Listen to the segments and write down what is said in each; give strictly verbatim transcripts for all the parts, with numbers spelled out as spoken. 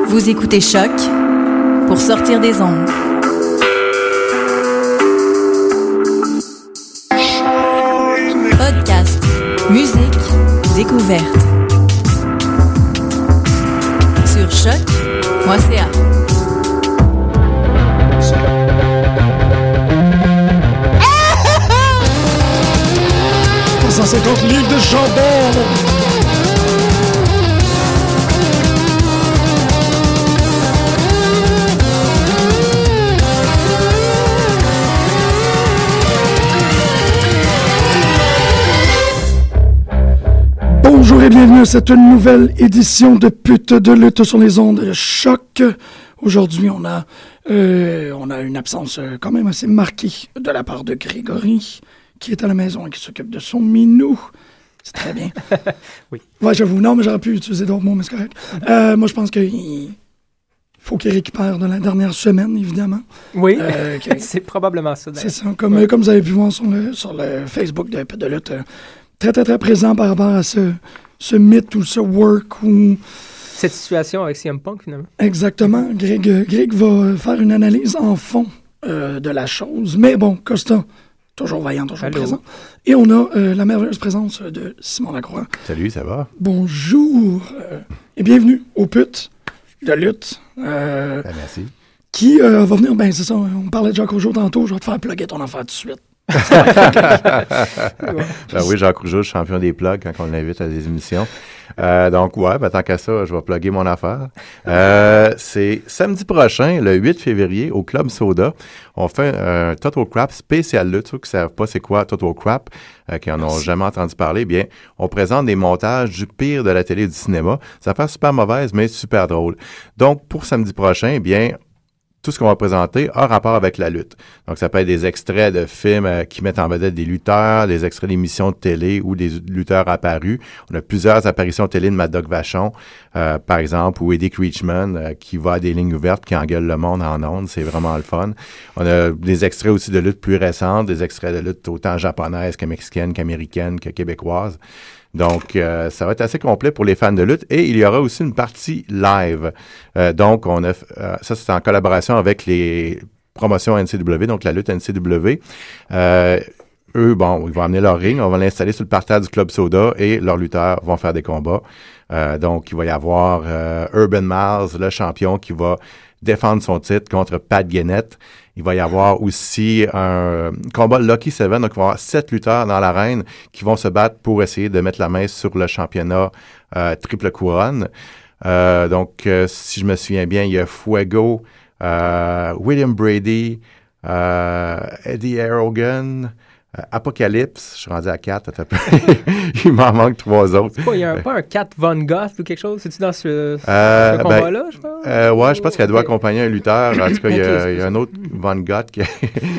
Vous écoutez Choc pour sortir des ondes. Podcast, musique, découverte. Sur choc point c a. cent cinquante livres de jambon. Bonjour et bienvenue à cette nouvelle édition de Pute de lutte sur les ondes Choc. Aujourd'hui, on a, euh, on a une absence quand même assez marquée de la part de Grégory, qui est à la maison et qui s'occupe de son minou. C'est très bien. Oui. Ouais, j'avoue. Non, mais j'aurais pu utiliser d'autres mots, mais c'est correct. Euh, moi, je pense qu'il faut qu'il récupère de la dernière semaine, évidemment. Oui, euh, okay. C'est probablement ça. C'est ça. Comme, ouais. euh, comme vous avez pu voir sur le, sur le Facebook de Pute de lutte, euh, très, très, très présent par rapport à ce, ce mythe ou ce work ou... Cette situation avec C M Punk, finalement. Exactement. Greg, Greg va faire une analyse en fond euh, de la chose. Mais bon, Costa... Toujours vaillant, toujours Allô. Présent. Et on a euh, la merveilleuse présence de Simon Lacroix. Salut, ça va? Bonjour euh, et bienvenue au Pute de lutte. Euh, ben, merci. Qui euh, va venir, ben c'est ça, on parlait de Jacques Rougeau tantôt, je vais te faire plugger ton affaire tout de suite. Ben oui, Jacques Rougeau, champion des plugs quand on l'invite à des émissions. Euh, donc, ouais, ben, tant qu'à ça, je vais plugger mon affaire. Euh, c'est samedi prochain, le huit février, au Club Soda. On fait un Total Crap spécial lutte. Ceux qui ne savent pas c'est quoi Total Crap, euh, qui n'en ont jamais entendu parler, bien, on présente des montages du pire de la télé et du cinéma. Ça fait super mauvaise, mais super drôle. Donc, pour samedi prochain, eh bien, tout ce qu'on va présenter a rapport avec la lutte. Donc, ça peut être des extraits de films euh, qui mettent en vedette des lutteurs, des extraits d'émissions de télé ou des lutteurs apparus. On a plusieurs apparitions télé de Mad Dog Vachon, euh, par exemple, ou Eddie Creechman, euh, qui va à des lignes ouvertes, qui engueule le monde en ondes. C'est vraiment le fun. On a des extraits aussi de lutte plus récentes, des extraits de lutte autant japonaises que mexicaines, qu'américaines, que québécoises. Donc, euh, ça va être assez complet pour les fans de lutte. Et il y aura aussi une partie live. Euh, donc, on a euh, ça, c'est en collaboration avec les promotions N C W, donc la lutte N C W. Euh, eux, bon, ils vont amener leur ring, on va l'installer sur le parterre du Club Soda et leurs lutteurs vont faire des combats. Euh, donc, il va y avoir euh, Urban Miles, le champion, qui va défendre son titre contre Pat Guenette. Il va y avoir aussi un combat Lucky Seven, donc il va y avoir sept lutteurs dans l'arène qui vont se battre pour essayer de mettre la main sur le championnat euh, triple couronne. Euh, donc, euh, si je me souviens bien, il y a Fuego, euh, William Brady, euh, Eddie Arrogan, euh, Apocalypse, je suis rendu à quatre, il m'en manque trois autres. Il n'y a un, pas un Kat Von Goth ou quelque chose? C'est-tu dans ce, euh, ce combat-là, ben, je pense? Euh, ouais, je pense qu'elle doit okay. accompagner un lutteur. En tout cas, il y a, okay, il y a un autre Von Goth qui...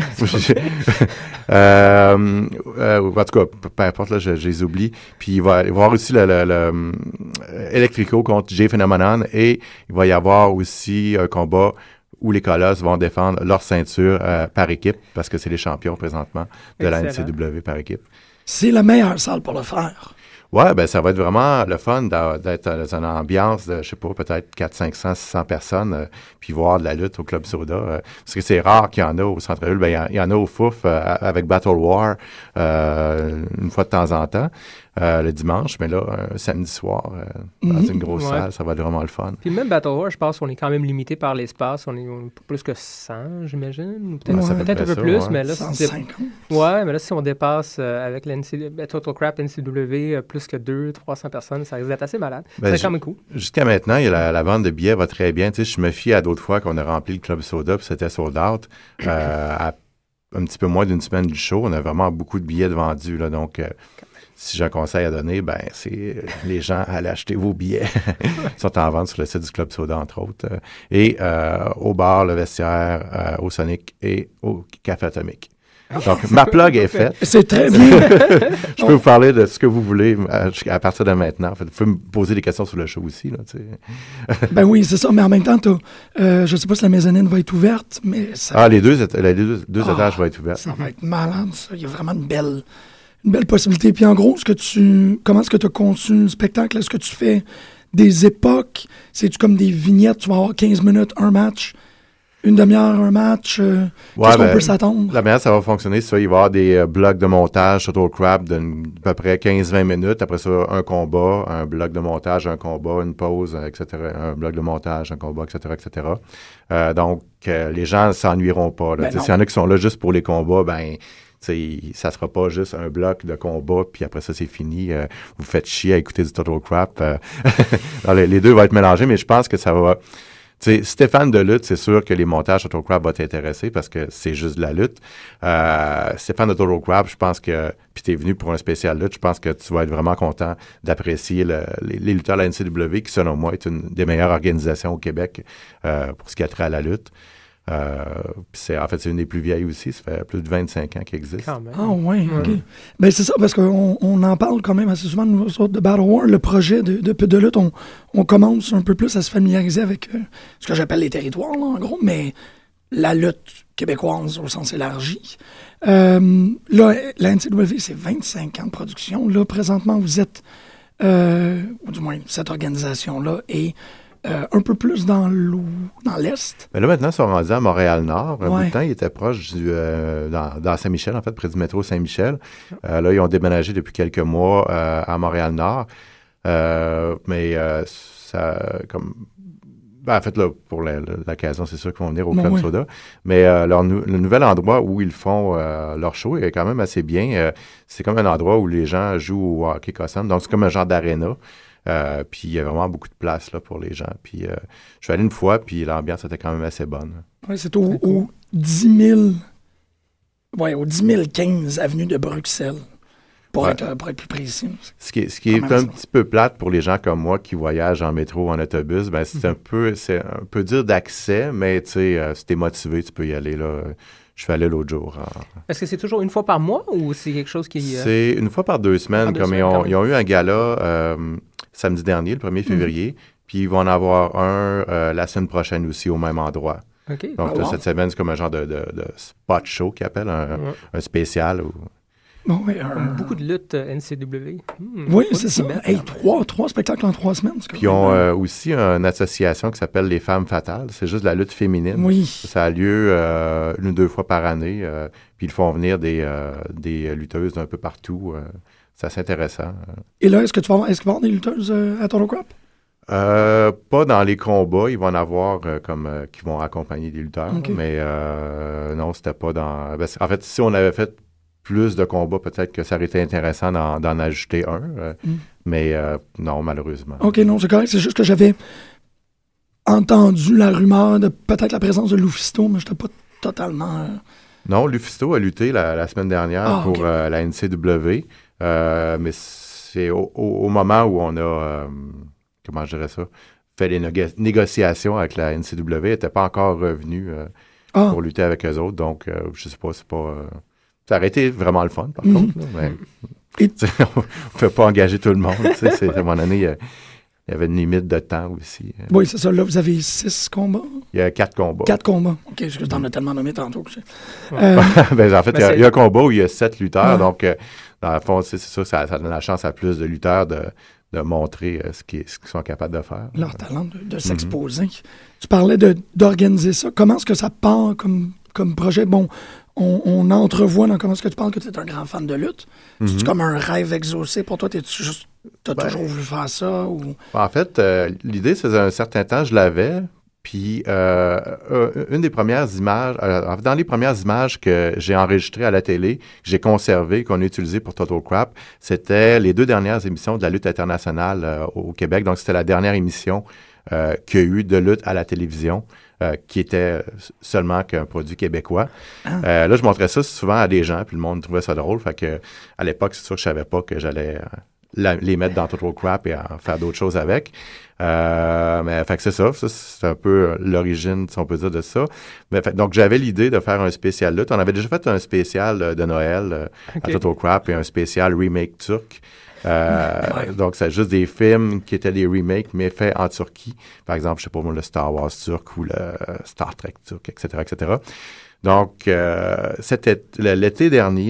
euh, euh, en tout cas, peu importe, là, je, je les oublie. Puis il va y avoir aussi le, le, le Electrico contre Jay Phenomenon et il va y avoir aussi un combat où les Colosses vont défendre leur ceinture euh, par équipe, parce que c'est les champions présentement de Excellent. la N C W par équipe. C'est la meilleure salle pour le faire. Ouais, ben ça va être vraiment le fun d'être dans une ambiance de, je sais pas, peut-être quatre cents, cinq cents, six cents personnes, euh, puis voir de la lutte au Club Soda. Euh, parce que c'est rare qu'il y en a au Centre-Ville. Ben, il y, y en a au Fouf euh, avec Battle War euh, une fois de temps en temps, euh, le dimanche. Mais là, un samedi soir, euh, dans Mm-hmm. une grosse Ouais. salle, ça va être vraiment le fun. Puis même Battle War, je pense qu'on est quand même limité par l'espace. On est, on est plus que cent, j'imagine. Ou peut-être Ouais, ça peut-être un peu ça, plus, ouais. mais là, cent si cinquante. ouais, mais là, si on dépasse euh, avec la N C W, Total Crap N C W euh, plus que deux, trois cents personnes, ça risque d'être assez malade. Ben, c'est quand même cool. Jusqu'à maintenant, il y a la, la vente de billets va très bien. Tu sais, je me fie à d'autres fois qu'on a rempli le Club Soda puis c'était sold out. Euh, à un petit peu moins d'une semaine du show, on a vraiment beaucoup de billets de vendus. Là, donc, euh, si j'ai un conseil à donner, ben c'est euh, les gens allez acheter vos billets. Ils sont en vente sur le site du Club Soda, entre autres. Euh, et euh, au bar, le vestiaire, euh, au Sonic et au Café Atomique. Donc, ma plug est faite. C'est très bien. Je peux vous parler de ce que vous voulez à, à partir de maintenant. En fait, vous pouvez me poser des questions sur le show aussi. Là, tu sais. Ben oui, c'est ça. Mais en même temps, t'as, euh, je ne sais pas si la mezzanine va être ouverte, mais ça, Ah, les deux, les deux, deux Ah, étages vont être ouverts. ça va être malade, ça. Il y a vraiment une belle, une belle possibilité. Puis en gros, ce que tu, comment est-ce que tu as conçu le spectacle? Est-ce que tu fais des époques? C'est-tu comme des vignettes? Tu vas avoir quinze minutes, un match, une demi-heure, un match? Euh, Ouais, qu'est-ce qu'on ben, peut s'attendre? La manière ça va fonctionner, c'est ça, il va y avoir des euh, blocs de montage Total Crap d'à peu près quinze vingt minutes. Après ça, un combat, un bloc de montage, un combat, une pause, euh, et cetera. Un bloc de montage, un combat, et cetera, et cetera. Euh, donc, euh, les gens ne s'ennuieront pas. Là. Ben T'sais, non. s'il y en a qui sont là juste pour les combats, ben... T'sais, ça sera pas juste un bloc de combat, puis après ça, c'est fini. Euh, vous faites chier à écouter du Total Crap. Euh, non, les, les deux vont être mélangés, mais je pense que ça va... Tu sais, si t'es fan de lutte, c'est sûr que les montages Total Crap vont t'intéresser parce que c'est juste de la lutte. Euh, si t'es fan de Total Crap, je pense que... Puis t'es venu pour un spécial lutte, je pense que tu vas être vraiment content d'apprécier le, les, les lutteurs de la N C W, qui, selon moi, est une des meilleures organisations au Québec euh, pour ce qui a trait à la lutte. Euh, puis c'est, en fait, c'est une des plus vieilles aussi. Ça fait plus de vingt-cinq ans qu'elle existe. Quand même. Ah ouais, Ouais. OK. Ben c'est ça, parce qu'on on en parle quand même assez souvent, nous autres, de Battle War, le projet de, de Pute de lutte, on, on commence un peu plus à se familiariser avec euh, ce que j'appelle les territoires, là, en gros, mais la lutte québécoise au sens élargi. Euh, là, la N C W, c'est vingt-cinq ans de production. Là, présentement, vous êtes, euh, ou du moins, cette organisation-là est euh, un peu plus dans l'ou- dans l'Est. Mais là, maintenant, ils sont rendus à Montréal-Nord. Un Ouais. bout de temps, ils étaient proches du, euh, dans, dans Saint-Michel, en fait, près du métro Saint-Michel. Euh, là, ils ont déménagé depuis quelques mois euh, à Montréal-Nord. Euh, mais euh, ça, comme... Ben, en fait, là, pour la- la- l'occasion, c'est sûr qu'ils vont venir au Ben Club oui. Soda. Mais euh, leur nou- le nouvel endroit où ils font euh, leur show est quand même assez bien. Euh, c'est comme un endroit où les gens jouent au hockey cosson. Donc, c'est comme un genre d'aréna. Euh, puis, il y a vraiment beaucoup de place là, pour les gens. Puis, euh, je suis allé une fois, puis l'ambiance était quand même assez bonne. Ouais, c'est au, au dix mille... Ouais, au dix mille quinze avenue de Bruxelles, pour, Ouais. être, euh, pour être plus précis. Ce qui est, ce qui est Quand même un ça. petit peu plate pour les gens comme moi qui voyagent en métro ou en autobus, ben c'est un peu c'est un peu dur d'accès, mais tu sais, euh, si t'es motivé, tu peux y aller là. Je suis allé l'autre jour. en- Est-ce que c'est toujours une fois par mois ou c'est quelque chose qui... euh, C'est une fois par deux semaines, Par deux comme semaines, ils, ont, quand même. ils ont eu un gala euh, samedi dernier, le premier février, puis ils vont en avoir un euh, la semaine prochaine aussi au même endroit. OK. Donc Ah, wow. cette semaine, c'est comme un genre de, de, de spot show qu'ils appellent, un, Ouais. un spécial. Ou... Bon, ouais, un- Beaucoup de luttes euh, N C W. Hmm, Oui, pas c'est de ça. semaine, Hey, quand même. trois, trois spectacles en trois semaines. c'est Puis quand ils ont même, euh, aussi une association qui s'appelle les Femmes Fatales. C'est juste de la lutte féminine. Oui. Ça a lieu euh, une ou deux fois par année. euh, puis ils font venir des, euh, des lutteuses d'un peu partout. euh, c'est assez intéressant. Et là, est-ce que tu vas avoir, est-ce qu'il va y avoir des lutteuses euh, à Total Crap? Euh, pas dans les combats. Ils vont en avoir euh, comme euh, qui vont accompagner des lutteurs. Ok. Mais euh, non, c'était pas dans... ben, c'est- en fait, si on avait fait plus de combats, peut-être que ça aurait été intéressant d'en, d'en ajouter un. euh, Mm. Mais euh, non, malheureusement. OK, non, c'est correct. C'est juste que j'avais entendu la rumeur de peut-être la présence de Lufisto, mais je n'étais pas totalement... euh, Non, Lufisto a lutté la, la semaine dernière Ah, pour ok. euh, la N C W, euh, mais c'est au, au- au moment où on a, euh, comment je dirais ça, fait les négo- négociations avec la N C W, elle n'était pas encore revenu euh, Ah, pour lutter avec eux autres, donc euh, je sais pas, c'est pas... euh, ça aurait été vraiment le fun, par Mhm. contre, là, mais Et- tu sais, on ne peut pas engager tout le monde, tu sais, c'est- à un moment donné, il y a- il y avait une limite de temps aussi. oui, c'est ça. Là, vous avez six combats. Il y a quatre combats. Quatre combats. OK, parce que t'en as tellement nommé tantôt que j'ai... Ouais. Euh, Ben, en fait, Mais il y, a, c'est- il y a un combat où il y a sept lutteurs, Ouais. donc euh, dans le fond, c'est c'est ça, ça, ça donne la chance à plus de lutteurs de, de montrer euh, ce qu'ils ce qu'ils sont capables de faire. leur talent de, Mhm. de s'exposer. Tu parlais de, d'organiser ça. Comment est-ce que ça part comme, comme projet? Bon, on, on entrevoit dans comment est-ce que tu parles que tu es un grand fan de lutte. C'est Mhm. comme un rêve exaucé pour toi? T'es-tu juste, t'as Ben- toujours voulu faire ça? Ou... En fait, euh, l'idée, ça faisait un certain temps, je l'avais. Puis, euh, euh, une des premières images, euh, dans les premières images que j'ai enregistrées à la télé, que j'ai conservées, qu'on a utilisées pour Total Crap, c'était les deux dernières émissions de la lutte internationale euh, au Québec. Donc, c'était la dernière émission euh, qu'il y a eu de lutte à la télévision, euh, qui était seulement qu'un produit québécois. Ah. Euh, là, je montrais ça souvent à des gens, puis le monde trouvait ça drôle. Fait que, à l'époque, c'est sûr que je savais pas que j'allais euh, la- les mettre dans Total Crap et en faire d'autres choses avec. Euh, mais fait que c'est ça, ça c'est un peu l'origine, si on peut dire, de ça. Mais fait, donc j'avais l'idée de faire un spécial lutte. On avait déjà fait un spécial euh, de Noël euh, OK. à Total Crap et un spécial remake turc. Euh, Ouais. Donc c'est juste des films qui étaient des remakes mais faits en Turquie. Par exemple, je sais pas moi, le Star Wars turc ou le Star Trek turc, et cetera, et cetera. Donc euh, c'était l'été dernier.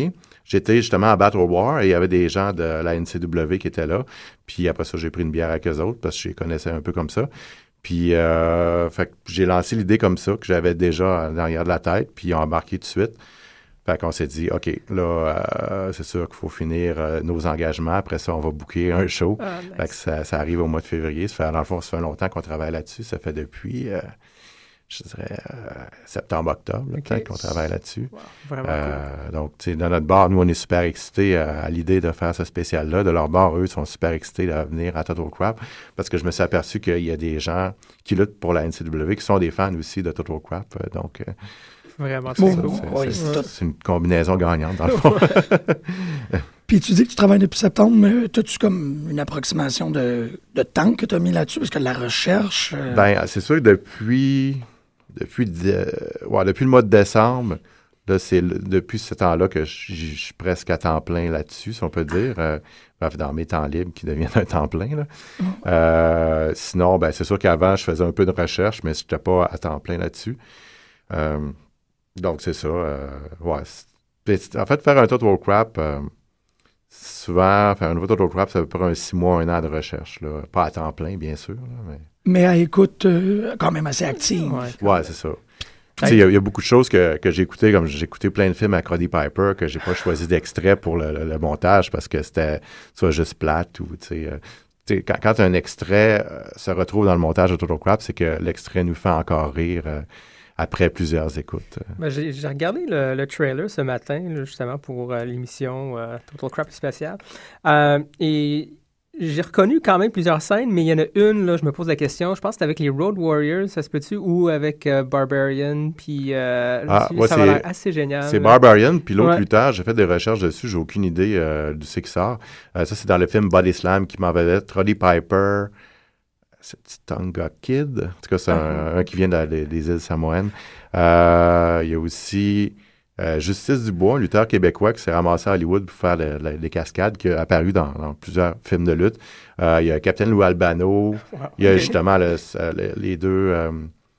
j'étais justement à Battle War et il y avait des gens de la N C W qui étaient là. Puis après ça, j'ai pris une bière avec eux autres parce que je les connaissais un peu comme ça. Puis euh, fait que j'ai lancé l'idée comme ça, que j'avais déjà derrière de la tête, puis ils ont embarqué tout de suite. Fait qu'on s'est dit, OK, là, euh, c'est sûr qu'il faut finir euh, nos engagements. Après ça, on va booker un show. Ah, nice. Fait que ça, ça arrive au mois de février. Ça fait, dans le fond, ça fait longtemps qu'on travaille là-dessus. Ça fait depuis, euh, je dirais, euh, septembre-octobre, là, OK. peut-être qu'on travaille là-dessus. Wow, vraiment Euh, cool. donc, tu sais, dans notre bar, nous, on est super excités à, à l'idée de faire ce spécial-là. De leur bar, eux, sont super excités de venir à Total Crap parce que je me suis aperçu qu'il y a des gens qui luttent pour la N C W qui sont des fans aussi de Total Crap. Euh, Donc, euh, Vraiment Bon, très cool. c'est, ouais, c'est- c'est tout. c'est une combinaison gagnante, dans le fond. Puis tu dis que tu travailles depuis septembre, mais as-tu comme une approximation de, de temps que tu as mis là-dessus? Parce que la recherche... euh, Ben, c'est sûr que depuis, depuis, de- ouais, depuis le mois de décembre, là, c'est le- depuis ce temps-là que je je suis presque à temps plein là-dessus, si on peut dire. Euh, bref, dans mes temps libres qui deviennent un temps plein. Là. Euh, sinon, ben, c'est sûr qu'avant, je faisais un peu de recherche, mais je n'étais pas à temps plein là-dessus. Euh, donc, c'est ça. euh, ouais. c'est- En fait, faire un Total Crap, euh, souvent, faire un nouveau Total Crap, ça peut prendre un six mois, un an de recherche. Là. Pas à temps plein, bien sûr, là, mais... mais à écoute euh, quand même assez active. Ouais. Ouais, c'est ça. Puis, tu sais, il y, a- il y a beaucoup de choses que, que j'ai écoutées, comme j'ai écouté plein de films à Roddy Piper, que j'ai pas choisi d'extrait pour le, le- le montage parce que c'était soit juste plate ou, tu sais, euh, tu sais, quand, quand un extrait euh, se retrouve dans le montage de Total Crap, c'est que l'extrait nous fait encore rire euh, après plusieurs écoutes. Ben, j'ai, j'ai regardé le, le trailer ce matin, là, justement, pour euh, l'émission euh, Total Crap spécial. Euh, et j'ai reconnu quand même plusieurs scènes, mais il y en a une, là, je me pose la question, je pense que c'était avec les Road Warriors, ça se peut-tu, ou avec euh, Barbarian, puis euh, Ah, là-dessus, ouais, ça va c'est- l'air assez génial. C'est là. Barbarian, puis l'autre Ouais. plus tard, j'ai fait des recherches dessus, j'ai aucune idée euh, du c'est qui sort. Euh, ça, c'est dans le film Body Slam qui m'en avait Roddy Piper, c'est Tonga Kid, en tout cas, c'est un, un qui vient de- des- des îles Samoennes. Euh, Il y a aussi euh, Justice Dubois, un lutteur québécois qui s'est ramassé à Hollywood pour faire le- le- les cascades, qui a apparu dans, dans plusieurs films de lutte. Euh, il y a Captain Lou Albano, Wow, il y a ok. justement le- le- les deux... euh,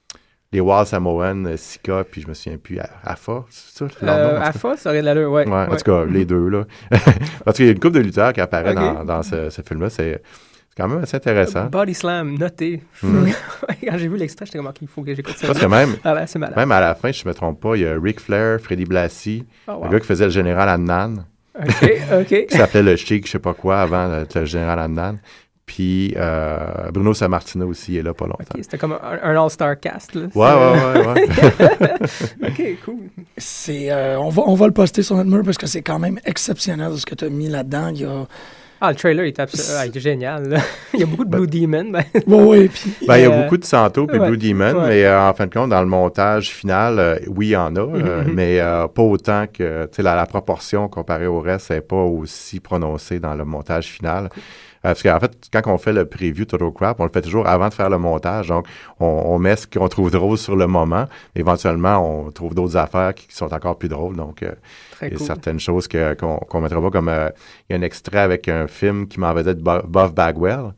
les Wild Samoans, Sika, puis je me souviens plus, Afa, c'est ça? leur nom, Euh, en tout cas? Afa, ça aurait de l'allure, ouais. Ouais, en ouais. tout cas, les deux, là. Parce qu'il y a une couple de lutteurs qui apparaît Ok. dans, dans ce, ce film-là. C'est, c'est quand même assez intéressant. Body Slam, noté. Mm. Quand j'ai vu l'extrait, j'étais comme, OK, il faut que j'écoute ça. Parce que même, Ah là, c'est malade. même à la fin, je ne me trompe pas, il y a Ric Flair, Freddie Blassie, Oh, wow. le gars qui faisait le général Adnan, OK, OK. qui s'appelait le Chic, je sais pas quoi, avant d'être le général Adnan. Puis euh, Bruno Sammartino aussi est là pas longtemps. OK, c'était comme un, un all-star cast, là. Ouais, ouais, ouais, ouais. OK, cool. C'est, euh, on, va, on va le poster sur notre mur parce que c'est quand même exceptionnel ce que tu as mis là-dedans. Il y a... Ah, le trailer il est, abs- ah, il est génial. Là. Il y a beaucoup de Blue Demon. Ben, Ouais, ouais, puis... Ben, il y a Euh, beaucoup de Santo puis ouais, Blue Demon, ouais. mais euh, en fin de compte, dans le montage final, euh, oui, il y en a, euh, Mhm. mais euh, pas autant que, tu sais, la, la proportion comparée au reste n'est pas aussi prononcée dans le montage final. Euh, parce qu'en fait, quand on fait le preview Total Crap, on le fait toujours avant de faire le montage. Donc, on, on met ce qu'on trouve drôle sur le moment. Éventuellement, on trouve d'autres affaires qui, qui sont encore plus drôles. Donc, euh, très il y a cool. certaines choses que, qu'on qu'on mettra pas comme... euh, il y a un extrait avec un film qui m'en vedette Bo- Buff Bagwell.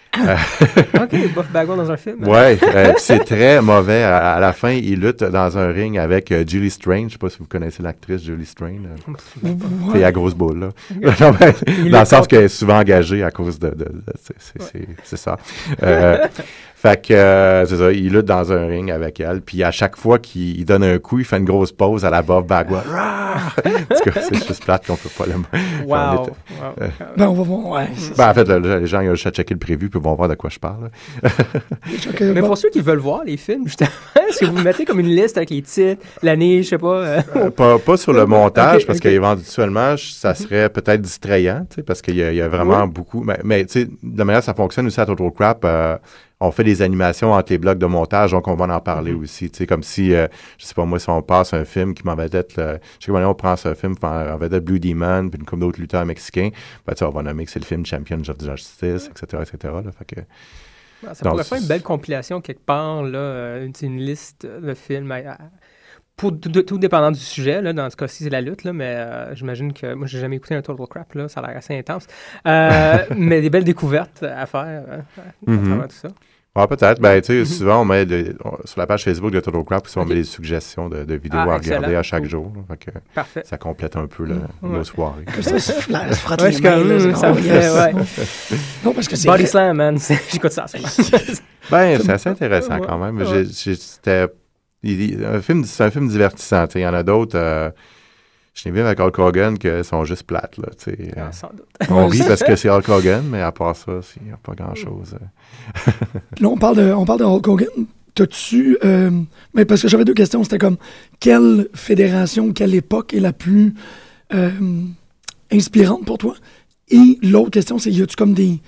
OK, Buff Bagwell dans un film. Ouais, euh, puis c'est très mauvais. À, à la fin, il lutte dans un ring avec euh, Julie Strange. Je sais pas si vous connaissez l'actrice Julie Strange. Euh, Ouais. C'est à grosse boule, là. Non, mais, Il dans est le sens contre- qu'elle est souvent engagée à cause de... de, de- c'est, c'est, c'est, c'est ça. Euh, fait que, euh, c'est ça, il lutte dans un ring avec elle. Puis à chaque fois qu'il il donne un coup, il fait une grosse pause à la Bob Bagwell. En tout cas, c'est juste plate qu'on peut pas le... Wow. était- wow. Ben, on va voir. Ouais, c'est Ben, en fait, le- les gens, ils ont juste à checker le prévu puis vont voir de quoi je parle. là. sûr que, Mais bon, pour ceux qui veulent voir les films, justement, est-ce que vous mettez comme une liste avec les titres, l'année, je sais pas. euh, Euh, pas, pas sur le montage, Ok, parce ok. qu'éventuellement, je- ça serait peut-être distrayant, tu sais, parce qu'il y, a- il y a vraiment Oui. beaucoup... Mais, mais tu sais, de la manière que ça fonctionne aussi à Total Crap, euh, on fait des animations entre les blocs de montage, donc on va en parler Mhm. aussi. Tu sais, comme si, euh, je sais pas moi, si on passe un film qui m'en vedette, le- je sais pas, on prend ce film en en vedette Blue Demon, puis une couple d'autres lutteurs mexicains, ben, tu sais, on va nommer que c'est le film Champions of Justice, et cetera, et cetera. Là, fait que, Ça Donc, pourrait faire une c'est- belle compilation quelque part, là, euh, une, une liste de films, à- à- pour tout, tout dépendant du sujet, là, dans ce cas-ci, c'est la lutte, là, mais euh, j'imagine que, moi, j'ai jamais écouté un Total Crap, là, ça a l'air assez intense, Euh, mais des belles découvertes à faire euh, à Mhm. travers tout ça. Ouais, peut-être. Ben, tu sais, souvent, on met de, on, sur la page Facebook de Total Crap, souvent, okay. on met des suggestions de, de vidéos ah, à excellent. regarder à chaque cool. jour. Là, fait que Parfait. Ça complète un peu là, ouais. nos soirées. Ça se frotte les mains. Ça me fait, ouais. Non, parce que c'est Body vrai. Slam, man. J'écoute ça. Ben, c'est assez intéressant ouais. quand même. Ouais. J'ai, j'ai, c'était, il, un film, c'est un film divertissant. Il y en a d'autres... Euh, je n'ai vu avec Hulk Hogan qu'ils sont juste plates. Là, ah, sans doute. On rit parce que c'est Hulk Hogan, mais à part ça, il n'y a pas grand-chose. Là, on parle de, on parle de Hulk Hogan. T'as-tu... Euh, mais parce que j'avais deux questions. C'était comme, quelle fédération, quelle époque est la plus euh, inspirante pour toi? Et l'autre question, c'est, y a-tu comme des,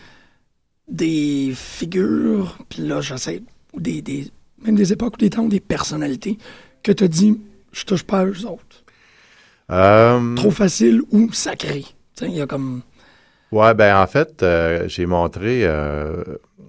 des figures, puis là, j'essaie, ou des, des, même des époques ou des temps, ou des personnalités, que t'as dit, je touche pas à eux autres? Euh, Trop facile ou sacré? Il y a comme... Ouais, ben en fait, euh, j'ai montré euh,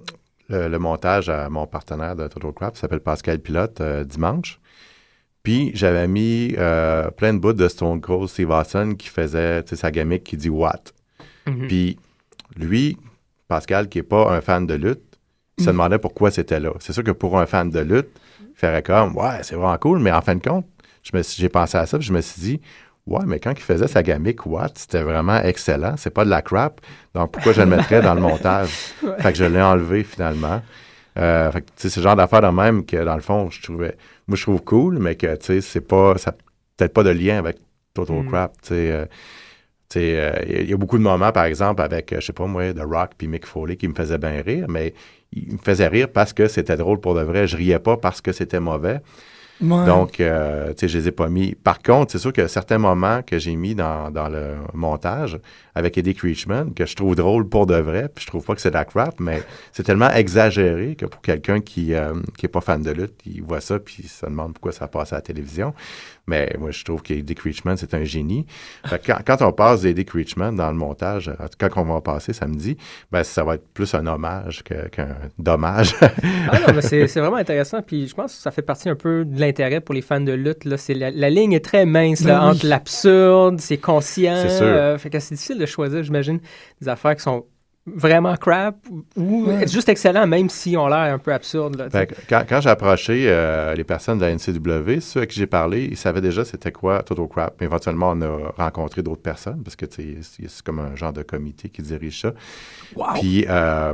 le, le montage à mon partenaire de Total Crap, qui s'appelle Pascal Pilote, euh, dimanche. Puis j'avais mis euh, plein de bouts de Stone Cold Steve Austin qui faisait sa gimmick qui dit « What? Mm-hmm. » Puis lui, Pascal, qui n'est pas un fan de lutte, il mm-hmm. se demandait pourquoi c'était là. C'est sûr que pour un fan de lutte, il ferait comme « Ouais, c'est vraiment cool, mais en fin de compte, je me, j'ai pensé à ça, puis je me suis dit « Ouais, mais quand il faisait sa gimmick, what? C'était vraiment excellent. C'est pas de la crap. Donc, pourquoi je le mettrais dans le montage? Ouais. Fait que je l'ai enlevé finalement. Euh, fait que, tu sais, c'est le genre d'affaire de même que, dans le fond, je trouvais... Moi, je trouve cool, mais que, tu sais, c'est pas... Ça peut-être pas de lien avec Total mm. Crap, tu sais... Euh, il euh, y a beaucoup de moments, par exemple, avec, je sais pas moi, The Rock puis Mick Foley qui me faisaient bien rire, mais ils me faisaient rire parce que c'était drôle pour de vrai. Je riais pas parce que c'était mauvais. Ouais. Donc, euh, tu sais, je les ai pas mis. Par contre, c'est sûr qu'il y a certains moments que j'ai mis dans, dans le montage avec Eddie Creechman que je trouve drôle pour de vrai, puis je trouve pas que c'est de la crap, mais c'est tellement exagéré que pour quelqu'un qui euh, qui est pas fan de lutte, il voit ça puis il se demande pourquoi ça passe à la télévision. Mais moi, je trouve qu'Eddie Creechman, c'est un génie. Fait que quand, quand on passe d'Eddie Creechman dans le montage, en tout cas, quand on va passer samedi, ben ça va être plus un hommage que, qu'un dommage. Ah non, mais c'est, c'est vraiment intéressant. Puis je pense que ça fait partie un peu de l'intérêt pour les fans de lutte. Là. C'est la, la ligne est très mince là, oui. entre l'absurde, c'est conscient. C'est sûr. Euh, fait que c'est difficile de choisir, j'imagine, des affaires qui sont vraiment crap ou ouais. juste excellent, même si on l'air un peu absurde. Là, fait que quand, quand j'ai approché euh, les personnes de la N C W, ceux à qui j'ai parlé, ils savaient déjà c'était quoi Total Crap. Mais éventuellement, on a rencontré d'autres personnes parce que c'est, c'est comme un genre de comité qui dirige ça. Wow. Puis, il euh,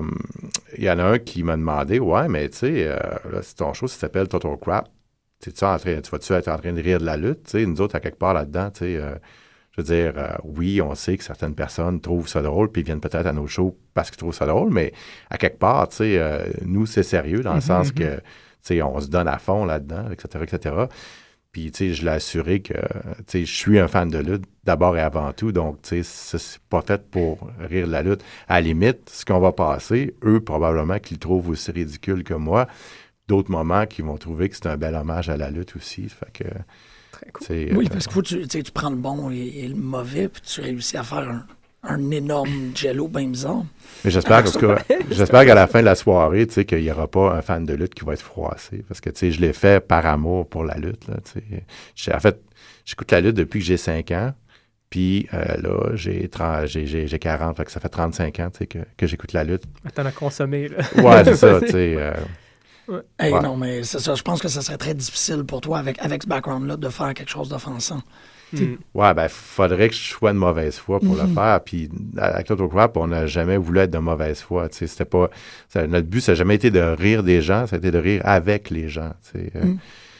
y en a un qui m'a demandé, ouais, mais tu sais, euh, là, c'est ton show, ça s'appelle Total Crap. Tu vas-tu être en train de rire de la lutte? T'sais, nous autres, à quelque part là-dedans, tu sais... Euh, Je veux dire, euh, oui, on sait que certaines personnes trouvent ça drôle puis viennent peut-être à nos shows parce qu'ils trouvent ça drôle, mais à quelque part, tu sais, euh, nous, c'est sérieux dans le mm-hmm, sens que, tu sais, on se donne à fond là-dedans, et cetera, et cetera. Puis, tu sais, je l'ai assuré que, tu sais, je suis un fan de lutte d'abord et avant tout, donc, tu sais, ça, c'est pas fait pour rire de la lutte. À la limite, ce qu'on va passer, eux, probablement qu'ils le trouvent aussi ridicule que moi, d'autres moments qu'ils vont trouver que c'est un bel hommage à la lutte aussi, fait que... Cool. Oui, parce qu'il faut que tu, tu prends le bon et, et le mauvais, puis tu réussis à faire un, un énorme jello bien bizarre. Mais j'espère, parce que, j'espère qu'à la fin de la soirée, tu sais, qu'il n'y aura pas un fan de lutte qui va être froissé. Parce que, tu sais, je l'ai fait par amour pour la lutte, là, tu sais. En fait, j'écoute la lutte depuis que j'ai cinq ans. Puis euh, là, j'ai, trente, j'ai, j'ai, j'ai quarante, fait que ça fait trente-cinq ans, tu sais, que, que j'écoute la lutte. T'en as consommé, là. Ouais, c'est ça, tu sais... Euh, Ouais. Hey, ouais. Non, mais c'est ça. Je pense que ça serait très difficile pour toi, avec, avec ce background-là, de faire quelque chose d'offensant. Mm. Ouais, ben, faudrait que je sois de mauvaise foi pour mm-hmm. le faire. Puis, avec Total Crap, on n'a jamais voulu être de mauvaise foi. Tu sais, c'était pas. Ça, notre but, ça n'a jamais été de rire des gens, ça a été de rire avec les gens. Tu sais. Mm.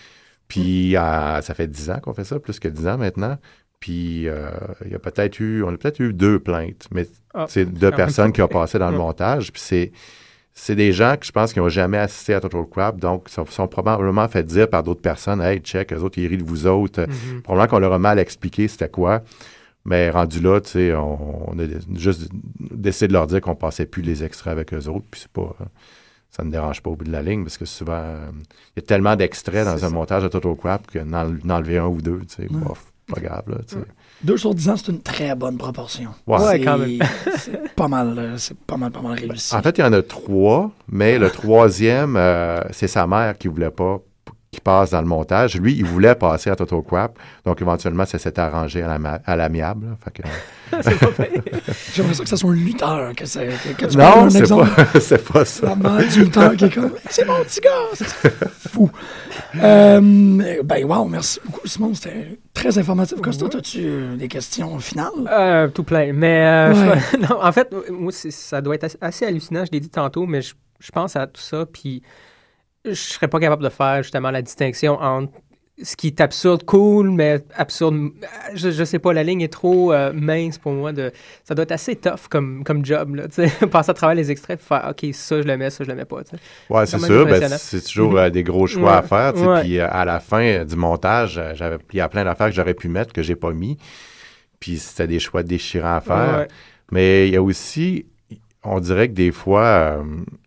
Puis, euh, ça fait dix ans qu'on fait ça, plus que dix ans maintenant. Puis, il euh, y a peut-être eu. On a peut-être eu deux plaintes, mais ah, c'est deux personnes qui ont passé dans le montage. Puis, c'est. C'est des gens que je pense qui n'ont jamais assisté à Total Crap, donc sont, sont probablement fait dire par d'autres personnes « Hey, check, eux autres, ils rient de vous autres. Mm-hmm. » Probablement qu'on leur a mal expliqué c'était quoi. Mais rendu là, tu sais, on, on a juste décidé de leur dire qu'on passait plus les extraits avec eux autres. Puis c'est pas... Ça ne me dérange pas au bout de la ligne, parce que souvent, il euh, y a tellement d'extraits dans c'est un ça. montage de Total Crap que d'enlever un ou deux, tu sais, mm. bof, pas grave, là, tu sais. Deux sur dix ans, c'est une très bonne proportion. Ouais, ouais quand même. c'est pas mal, c'est pas mal, pas mal réussi. En fait, il y en a trois, mais le troisième, euh, c'est sa mère qui voulait pas qui passe dans le montage. Lui, il voulait passer à Total Crap. Donc, éventuellement, ça s'est arrangé à, la, à l'amiable. Là. Fait que, c'est pas vrai. J'aimerais ça que ça soit un lutteur. Que, ça, que, que tu non, un c'est exemple. pas, c'est pas ça. La mère du lutteur qui est comme « C'est mon petit gars! » C'est fou. Euh, ben, wow, merci beaucoup, Simon. C'était très informatif. Costa, Ouais. as-tu euh, des questions finales? Euh, tout plein. Mais euh, Ouais. je- non, en fait, moi, c'est- ça doit être assez, assez hallucinant. Je l'ai dit tantôt, mais je, je pense à tout ça, puis je serais pas capable de faire justement la distinction entre ce qui est absurde, cool, mais absurde. Je, je sais pas, la ligne est trop euh, mince pour moi. De, ça doit être assez tough comme, comme job, là, tu sais. Passer à travers les extraits et faire OK, ça je le mets, ça je le mets pas. Tu sais. Ouais, c'est quand même sûr. Ben, impressionnant. c'est toujours euh, des gros choix Ouais. à faire. tu sais. Ouais. Puis euh, à la fin euh, du montage, euh, j'avais, il y a plein d'affaires que j'aurais pu mettre que j'ai pas mis. Puis c'était des choix déchirants à faire. Ouais. Mais il y a aussi, on dirait que des fois, euh,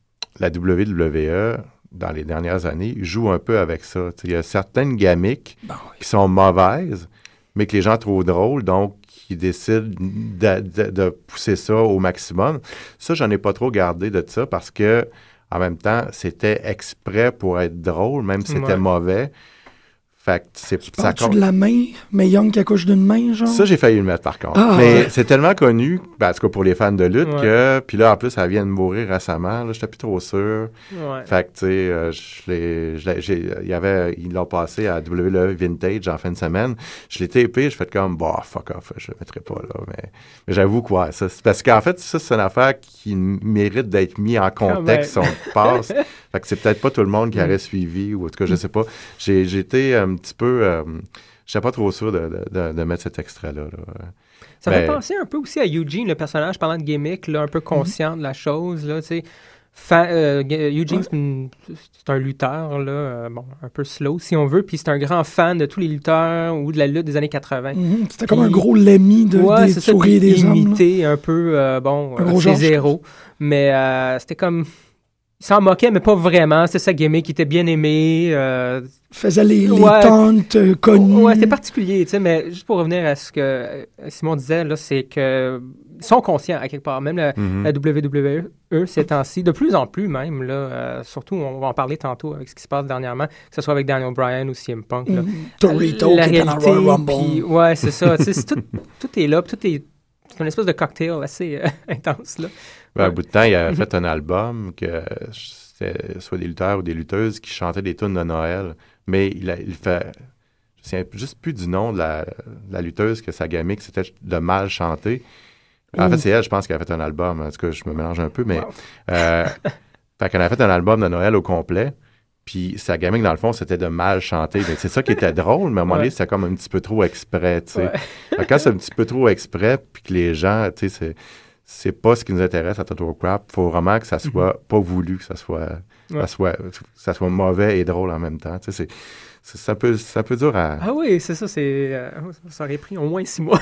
la W W E, dans les dernières années, joue un peu avec ça. Tu sais, il y a certaines gimmicks Ben oui. qui sont mauvaises, mais que les gens trouvent drôles, donc qui décident de, de- de pousser ça au maximum. Ça, j'en ai pas trop gardé de ça parce que, en même temps, c'était exprès pour être drôle, même si c'était Ouais. mauvais. Fait que c'est, ça Parles-tu compte. de la main, mais Young qui accouche d'une main, genre? Ça, j'ai failli le mettre, par contre. Ah, mais ouais. c'est tellement connu, ben, en tout cas pour les fans de lutte, Ouais. que... Puis là, en plus, elle vient de mourir récemment. Là, j'étais plus trop sûr. Ouais. Fait que, tu sais, euh, je l'ai... je l'ai- j'ai- il y avait... Ils l'ont passé à W W E Vintage en fin de semaine. Je l'ai tapé, je fais comme, bah, fuck off, je le mettrai pas là. Mais, mais j'avoue que, ouais, ça, c'est- parce qu'en fait, ça, c'est une affaire qui mérite d'être mis en contexte si on le passe. Fait que c'est peut-être pas tout le monde qui aurait suivi, ou en tout cas, je sais pas. J'ai, j'ai été un petit peu... Euh, je n'étais pas trop sûr de, de, de, de mettre cet extrait-là. Là. Ça Ben- fait penser un peu aussi à Eugene, le personnage parlant de gimmick, là, un peu conscient de la chose. Là, tu sais. Fa- euh, G- Eugene, c'est, une- c'est un lutteur, là, euh, bon, un peu slow si on veut, puis c'est un grand fan de tous les lutteurs ou de la lutte des années quatre-vingt. Mhm. C'était comme Puis- un gros Lemmy de, Ouais, des c'est ça, souris et puis des hommes. là. imiter un peu, euh, bon, Un euh, gros chez Georges. Zéro. Mais euh, c'était comme... Il s'en moquait, mais pas vraiment. C'était sa gimmick qui était bien aimé. euh, Faisait les, les Ouais. taunts euh, connus. Ouais, c'était particulier, tu sais, mais juste pour revenir à ce que euh, Simon disait, là, c'est que ils sont conscients à quelque part. Même la, Mhm. la W W E, ces temps-ci, de plus en plus même, là, euh, surtout, on va en parler tantôt avec ce qui se passe dernièrement, que ce soit avec Daniel Bryan ou C M Punk. Là. Mhm. Torito la qui était dans réalité, Royal Rumble. puis- ouais, c'est ça. tu sais, c'est tout, tout est là, puis tout est... C'est une espèce de cocktail assez euh, intense, là. Ben, à Ouais. bout de temps, il avait Mhm. fait un album que c'était soit des lutteurs ou des lutteuses qui chantaient des tunes de Noël. Mais il, a, il fait. Je ne sais juste plus du nom de la, de la lutteuse que sa gimmick, c'était de mal chanter. En Ouh. fait, c'est elle, je pense, qui a fait un album. En tout cas, je me mélange un peu, mais. Wow. Euh, fait qu'elle a fait un album de Noël au complet. Puis sa gimmick, dans le fond, c'était de mal chanter. Mais c'est ça qui était drôle, mais à un moment donné, Ouais. c'était comme un petit peu trop exprès, tu sais. Ouais. Fait que quand c'est un petit peu trop exprès, puis que les gens, tu sais, c'est, c'est pas ce qui nous intéresse à Total Crap. Il faut vraiment que ça soit pas voulu, que ça soit, Ouais. ça soit, que ça soit mauvais et drôle en même temps. Tu sais, c'est, c'est, c'est un peu, c'est un peu dur à... Ah oui, c'est ça, c'est... euh, ça aurait pris au moins six mois.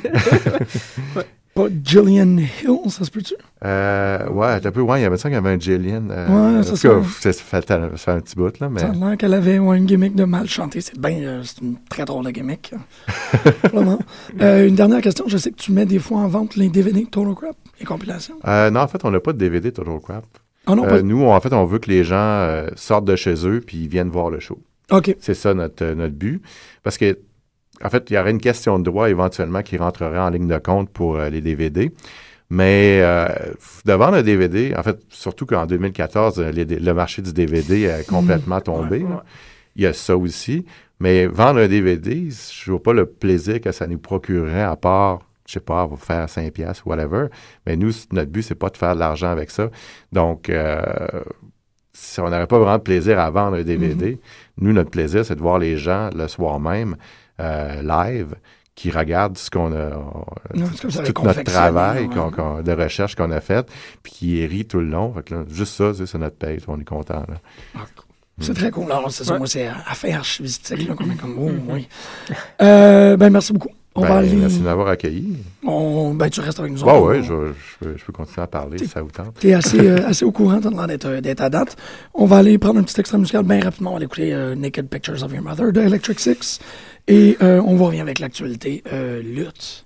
Pas Gillian Hill, ça se peut-tu? Euh, ouais, un peu, ouais, il y avait ça qu'il y avait un Jillian. Euh, Ouais, en c'est tout ça. cas, c'est- ça fait, ça fait un petit bout, là, mais... Ça a l'air qu'elle avait ouais, une gimmick de mal chanter. C'est bien, euh, c'est une très drôle de gimmick. Vraiment. Euh, une dernière question. Je sais que tu mets des fois en vente les D V D de Total Crap, les compilations. Euh, non, en fait, on n'a pas de D V D Total Crap. Ah non, Euh, pas... nous, en fait, on veut que les gens euh, sortent de chez eux puis ils viennent voir le show. OK. C'est ça notre, euh, notre but. Parce que, en fait, il y aurait une question de droit éventuellement qui rentrerait en ligne de compte pour euh, les D V D. Mais euh, de vendre un D V D, en fait, surtout qu'en deux mille quatorze, les- le marché du D V D est complètement tombé. Ouais. là. Il y a ça aussi. Mais vendre un D V D, je vois pas le plaisir que ça nous procurerait à part, je sais pas, on va faire cinq piastres, whatever. Mais nous, c- notre but, c'est pas de faire de l'argent avec ça. Donc, euh, si on n'aurait pas vraiment de plaisir à vendre un D V D, nous, notre plaisir, c'est de voir les gens le soir même, euh, live, qui regardent ce qu'on a, Non, c'est comme ça, tout notre confectionné, travail ouais. qu'on- qu'on- de recherche qu'on a fait, puis qui rit tout le long. Fait que là, juste ça, c'est c'est notre paye, on est content. Là. Ah, c'est très cool. Alors, c'est ça, Ouais. moi, c'est affaire archivistique, là, qu'on est comme, oh, oui. Euh, ben, merci beaucoup. On Ben, va aller... Merci de m'avoir accueilli. On... Ben, tu restes avec nous Ouais, autres. ouais, On- je, je peux, je peux continuer à parler si ça vous tente. T'es assez, euh, assez au courant, t'as l'air d'être, euh, d'être à date. On va aller prendre un petit extrait musical bien rapidement. On va aller écouter euh, Naked Pictures of Your Mother de Electric Six. Et euh, on va revenir avec l'actualité euh, lutte.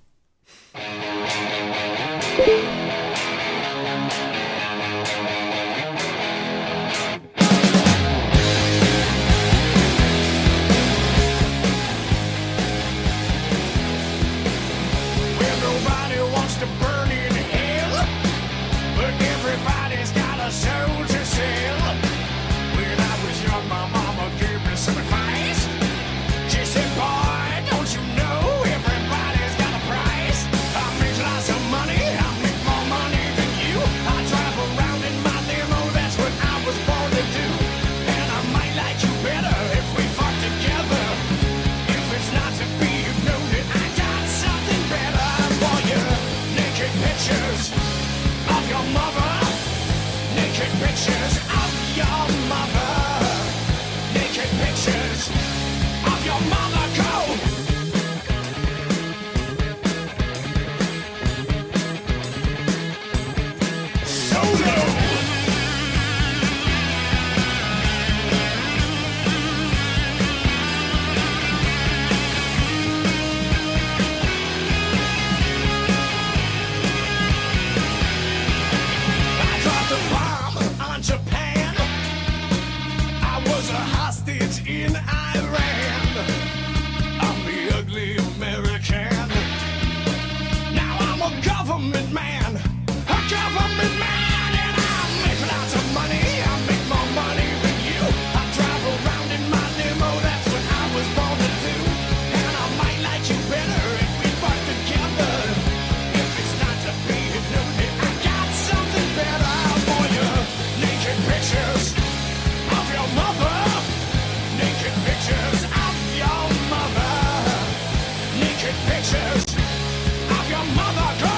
might like you better if we fuck together. If it's not to be, you know that I got something better for you. Naked pictures of your mother. Naked pictures of your mother. Naked pictures of your mother. Go! Solo! I dropped a bomb on Japan. I was a hostage in Iran. I'm the ugly American. Now I'm a government man. A government man. And I make lots of money. I make more money than you. I drive around in my limo. That's what I was born to do. And I might like you better if we fuck together. If it's not to be, you know that I got something better for you. Naked pictures of your mother. Naked pictures of your mother. Naked pictures of your mother. Go!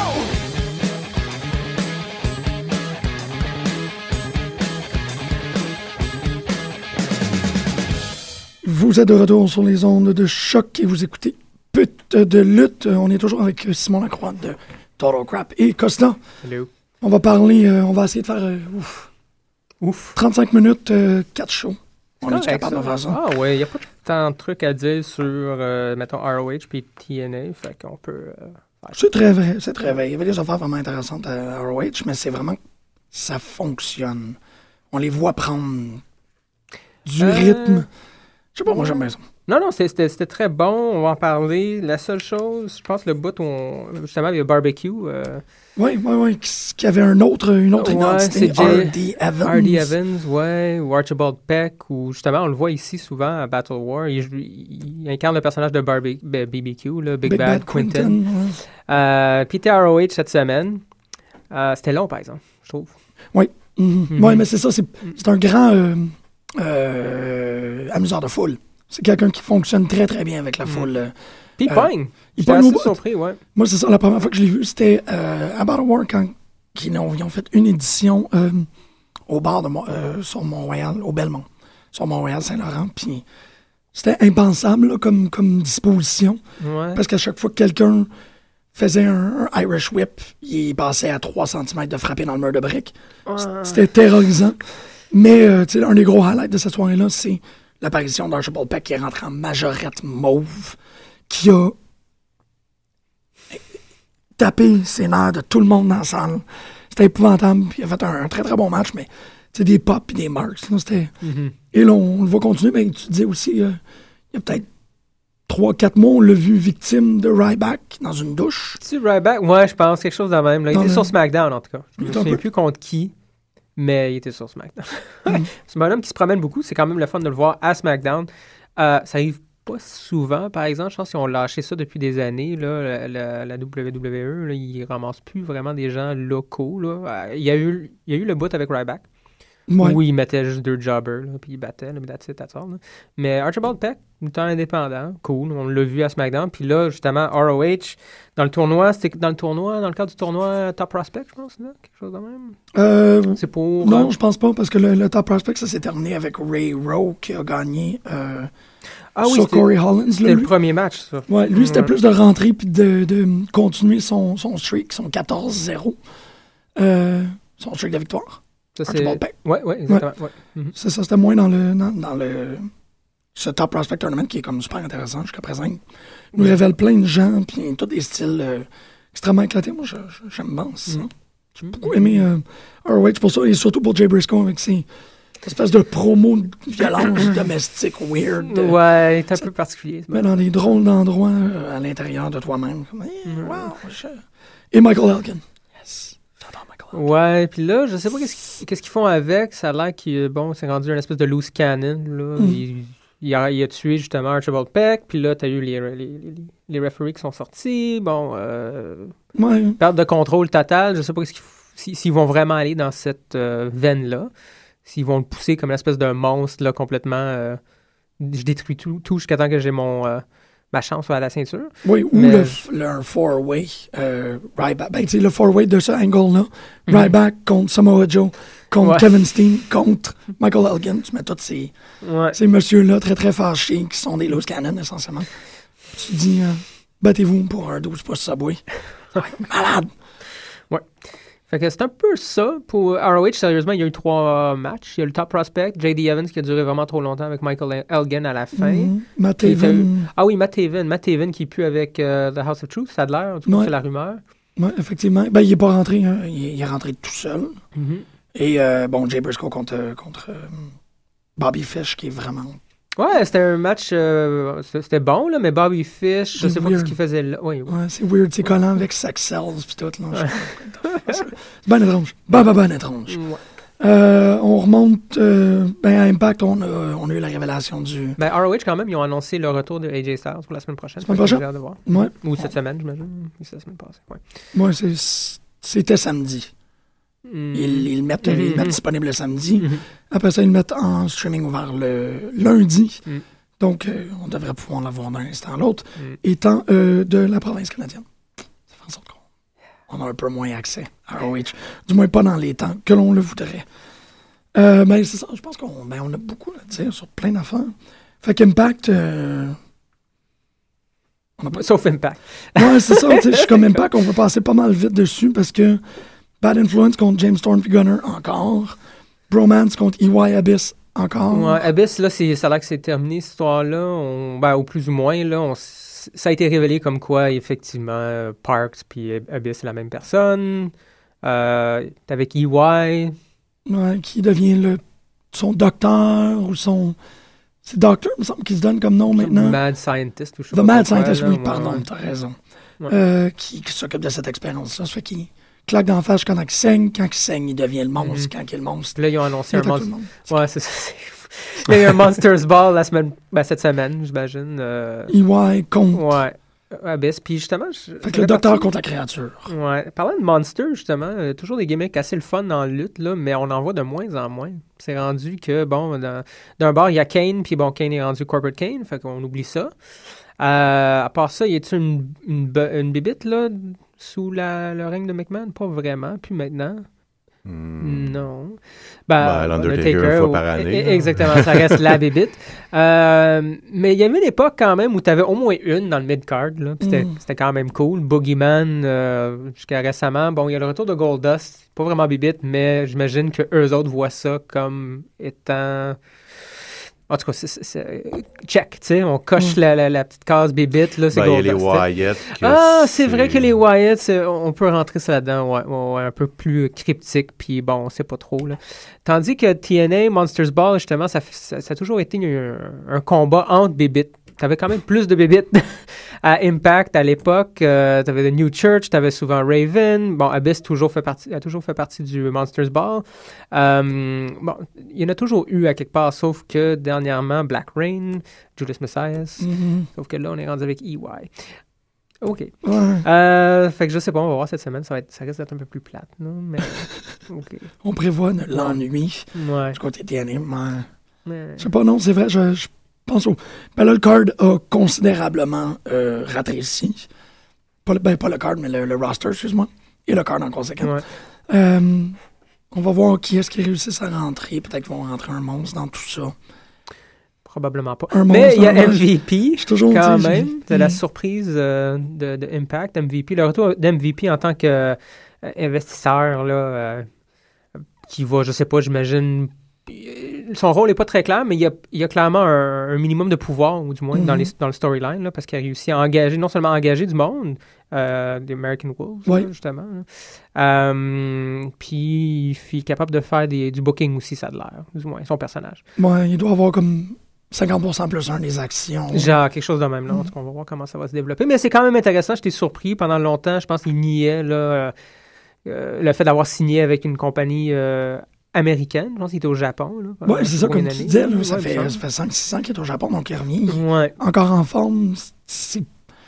Vous êtes de retour sur les ondes de choc et vous écoutez Pute de lutte. On est toujours avec Simon Lacroix de Total Crap et Costa. Hello. On va parler, euh, on va essayer de faire euh, ouf, Ouf. trente-cinq minutes, euh, quatre shows. On est Correct, capable de faire ça. Ah ouais, il n'y a pas tant de trucs à dire sur, euh, mettons, R O H puis T N A, fait qu'on peut... euh, faire C'est très vrai, c'est très vrai. Il y avait des affaires vraiment intéressantes à R O H, mais c'est vraiment ça fonctionne. On les voit prendre du Euh, rythme. Je sais pas, moi j'aime bien ça. Non, non, c'était- c'était c'était très bon, on va en parler. La seule chose, je pense, le bout où on... Justement, il y a barbecue. euh, Oui, oui, oui. Qui avait un autre, une autre Ouais, identité, c'est Jay- R D Evans. R D Evans, ouais, ou Archibald Peck, ou justement, on le voit ici souvent à Battle War. Il, joue- il incarne le personnage de Barbe- B B Q, là, Big, Big Bad, Bad Quinton. Quinton. ouais. Euh, Puis t'es à R O H cette semaine. Euh, C'était long, par exemple, je trouve. Oui, mhm. Mhm. Ouais, mais c'est ça, c'est c'est un grand euh, euh, amuseur de foule. C'est quelqu'un qui fonctionne très très bien avec la foule. euh. Puis il Euh, pogne. il J'étais pogne au assez bout. surpris, ouais. Moi, c'est ça, la première fois que je l'ai vu, c'était euh, à Battle War quand ils ont, ils ont fait une édition euh, au bar de Mo- euh, sur Montréal, au Belmont, sur Montréal-Saint-Laurent. Puis c'était impensable là, comme, comme disposition. Ouais. Parce qu'à chaque fois que quelqu'un faisait un, un Irish Whip, il passait à trois centimètres de frapper dans le mur de briques. C'était terrorisant. Mais euh, tu sais, un des gros highlights de cette soirée-là, c'est l'apparition d'Archibald Peck qui est rentré en majorette mauve, qui a tapé ses nerfs de tout le monde dans la salle. C'était épouvantable. Puis il a fait un, un très très bon match, mais tu sais, des pops et des marks. Là, c'était... Mhm. Et là, on, on le voit continuer, mais tu disais aussi, euh, il y a peut-être trois quatre mois, on l'a vu victime de Ryback dans une douche. Tu Ryback? Ouais, je pense, quelque chose de même. Là. Il Dans était le- sur SmackDown, en tout cas. Je Il me était un souviens peu- plus contre qui, mais il était sur SmackDown. Mm. C'est un bonhomme qui se promène beaucoup. C'est quand même le fun de le voir à SmackDown. Euh, ça arrive pas souvent, par exemple. Je pense qu'ils ont lâché ça depuis des années. Là, la, la- la W W E, là, ils ramassent plus vraiment des gens locaux. Là. Euh, il, y a eu, il y a eu le bout avec Ryback, Ouais. où ils mettaient juste deux jobbers, là, puis ils battaient, là, mais that's it, that's all, là. Mais Archibald Peck, lutteur indépendant, cool, on l'a vu à SmackDown. Puis là, justement, R O H, dans le tournoi, c'était dans le tournoi, dans le cadre du tournoi Top Prospect, je pense, là, quelque chose de même. Euh, C'est pour... non, euh, je pense pas, parce que le, le Top Prospect, ça s'est terminé avec Ray Rowe qui a gagné euh, ah oui, sur c'était Corey Hollins. c'était Là, le lui, premier match, ça. ouais, lui c'était Ouais. plus de rentrer puis de, de continuer son, son streak, son quatorze zéro. Euh, son streak de victoire. Ça, c'est... Archibald Peck. Ouais, ouais, exactement. Ouais. Mhm. C'est ça, c'était moins dans le dans, dans le ce Top Prospect Tournament qui est comme super intéressant jusqu'à présent. Il nous révèle plein de gens, puis tous des styles euh, extrêmement éclatés. Moi, je- je- j'aime bien ça. Mhm. J'ai beaucoup aimé euh, R O H pour ça, et surtout pour Jay Briscoe avec ses espèces de promos de violence domestique weird. euh, Ouais, c'est un peu particulier. Mais dans des drôles d'endroits euh, à l'intérieur de toi-même. Comme, hey, Mhm. wow, je- Et Michael Elgin. Yes. J'adore Michael Elgin. Ouais, puis là, je sais pas qu'est-ce qu'ils, qu'est-ce qu'ils font avec. Ça a l'air qu'il bon, c'est rendu une espèce de loose cannon. Là. Mm. Il, il a, il a tué justement Archibald Peck. Puis là, t'as eu les, les, les, les referees qui sont sortis. Bon, euh, Ouais. perte de contrôle totale. Je sais pas qu'est-ce qu'ils f- si- s'ils vont vraiment aller dans cette euh, veine-là. s'ils vont le pousser comme une espèce d'un monstre, là, complètement... Euh, je détruis tout, tout jusqu'à temps que j'ai mon... Euh, ma chance à la ceinture. Oui, ou mais... le, le un four-way, euh, Ryback. Ben, tu sais, le four-way de ce angle-là, mm-hmm. Ryback contre Samoa Joe, contre ouais. Kevin Steen, contre Michael Elgin. Tu mets tous ces, ouais. ces messieurs-là très, très fâchés, qui sont des loose cannons, essentiellement. Tu te dis, euh, battez-vous pour un douze pouces Subway. Malade! Ouais. Fait que c'est un peu ça. Pour R O H, sérieusement, il y a eu trois euh, matchs. Il y a le Top Prospect, J D Evans, qui a duré vraiment trop longtemps avec Michael Elgin à la fin. Mm-hmm. Matt Taven. Ah oui, Matt Taven. Matt Taven qui pue avec euh, The House of Truth, ça a de l'air. En tout cas, ouais. c'est la rumeur. Oui, effectivement. Ben, il n'est pas rentré. Hein. Il, il est rentré tout seul. Mm-hmm. Et, euh, bon, Jay Briscoe contre, contre euh, Bobby Fish, qui est vraiment... Ouais, c'était un match... Euh, c'était bon, là, mais Bobby Fish, je sais weird. pas ce qu'il faisait là. Oui, oui. Ouais, c'est weird. C'est collant avec Sex Cells pis tout. Là, ouais. C'est ben étrange. Ben, ben, ben étrange. Ouais. Euh, on remonte... Euh, ben, à Impact, on a, on a eu la révélation du... Ben, R O H, quand même, ils ont annoncé le retour de A J Styles pour la semaine prochaine. La semaine prochaine? De voir. Ouais. Ou cette semaine, j'imagine. C'est la semaine passée, ouais. Ouais, c'est, c'était samedi. Mm. Ils, ils, mettent, mm-hmm. ils le mettent disponible le samedi. Mm-hmm. Après ça, ils le mettent en streaming ouvert le lundi. Mm. Donc, euh, on devrait pouvoir l'avoir d'un instant à l'autre. Mm. Étant euh, de la province canadienne. Ça fait en sorte qu'on a un peu moins accès à R O H. Du moins, pas dans les temps que l'on le voudrait. Euh, ben, c'est ça. Je pense qu'on ben, on a beaucoup à dire sur plein d'affaires. Fait qu'Impact... Euh, on a pas... Sauf Impact. Ouais, c'est ça. Je suis comme Impact, on va passer pas mal vite dessus parce que Bad Influence contre James Storm puis Gunner, encore. Bromance contre E Y Abyss, encore. Ouais, Abyss, là, c'est, ça a l'air que c'est terminé, cette histoire-là. On, ben, au plus ou moins, là, on, ça a été révélé comme quoi, effectivement, Parks puis Abyss, c'est la même personne. Euh, t'es avec E Y. Ouais, qui devient le, son docteur ou son... C'est docteur, il me semble qu'il se donne comme nom maintenant. Mad Scientist. Ou je sais The pas Mad Scientist, là, oui, ouais, pardon, ouais. t'as raison. Ouais. Euh, qui, qui s'occupe de cette expérience-là. Ça fait qu'il claque dans la face quand il saigne. Quand il saigne, il devient le monstre. Mm-hmm. Quand il est le monstre, là, ils ont annoncé un monstre. Ouais, c'est ça. Il y a eu un Monsters Ball la semaine, ben, cette semaine, j'imagine. Euh... E Y contre. Ouais. Abyss. Puis justement... Je, fait que le docteur parti... contre la créature. Ouais. Parlant de Monster, justement, euh, toujours des gimmicks assez le fun dans la lutte, là, mais on en voit de moins en moins. C'est rendu que, bon, dans, d'un bar, il y a Kane, puis bon, Kane est rendu Corporate Kane, fait qu'on oublie ça. Euh, à part ça, y a-t-il une, une, une bibite, là, sous la, le règne de McMahon? Pas vraiment. Puis maintenant... Hmm. Non. Ben, ben, L'Undertaker, une fois par année. E- exactement, ça reste la bébite. Euh, mais il y avait une époque quand même où tu avais au moins une dans le mid-card. Là, c'était, mm. c'était quand même cool. Boogeyman, euh, jusqu'à récemment. Bon, il y a le retour de Goldust. Pas vraiment bébite, mais j'imagine qu'eux autres voient ça comme étant... En tout cas, c'est, c'est, c'est... check, tu sais, on coche mm. la, la, la petite case bébite, là, c'est ben, Goldust. Il y a les Wyatt. Ah, c'est, c'est vrai que les Wyatt, c'est... on peut rentrer ça là-dedans, ouais, ouais, ouais, un peu plus cryptique, puis bon, on sait pas trop, là. Tandis que T N A, Monsters Ball, justement, ça, ça, ça a toujours été un, un combat entre bébites. T'avais quand même plus de bébites à Impact à l'époque. Euh, t'avais The New Church, t'avais souvent Raven. Bon, Abyss toujours fait partie, a toujours fait partie du Monsters Ball. Euh, bon, il y en a toujours eu à quelque part, sauf que dernièrement, Black Rain, Judas Messias. Mm-hmm. Sauf que là, on est rendu avec E Y. OK. Ouais. Euh, fait que je sais pas, on va voir cette semaine. Ça, va être, ça risque d'être un peu plus plate, non? Mais, OK. On prévoit de l'ennui. Ouais. Du côté T N A, mais... mais... Je sais pas, non, c'est vrai, je... je... pense au... Ben là, le card a considérablement euh, ratréci. Pas le, ben, pas le card, mais le, le roster, excuse-moi. Et le card en conséquence. Ouais. Euh, on va voir qui est-ce qui réussit à rentrer. Peut-être qu'ils vont rentrer un monstre dans tout ça. Probablement pas. Un mais il y a un M V P, quand dit, même. C'est la surprise euh, de, de Impact, M V P. Le retour d'M V P en tant qu'investisseur, euh, là, euh, qui va, je sais pas, j'imagine... Son rôle n'est pas très clair, mais il y a, il y a clairement un, un minimum de pouvoir, ou du moins mm-hmm. dans, les, dans le storyline, là, parce qu'il a réussi à engager, non seulement à engager du monde, euh, des American Wolves, oui. là, justement. Euh, puis il est capable de faire des, du booking aussi, ça a de l'air, du moins, son personnage. Ouais, il doit avoir comme cinquante pour cent plus un des actions. Genre, quelque chose de même, là. Mm-hmm. En tout cas, on va voir comment ça va se développer. Mais c'est quand même intéressant, j'étais surpris. Pendant longtemps, je pense qu'il niait là, euh, euh, le fait d'avoir signé avec une compagnie... Euh, américaine, je pense qu'il était au Japon. Oui, c'est ça, comme tu disais, là, ça, ouais, fait, ça fait cinq six ans qu'il est au Japon, donc il est remis. Ouais. Encore en forme. C'est,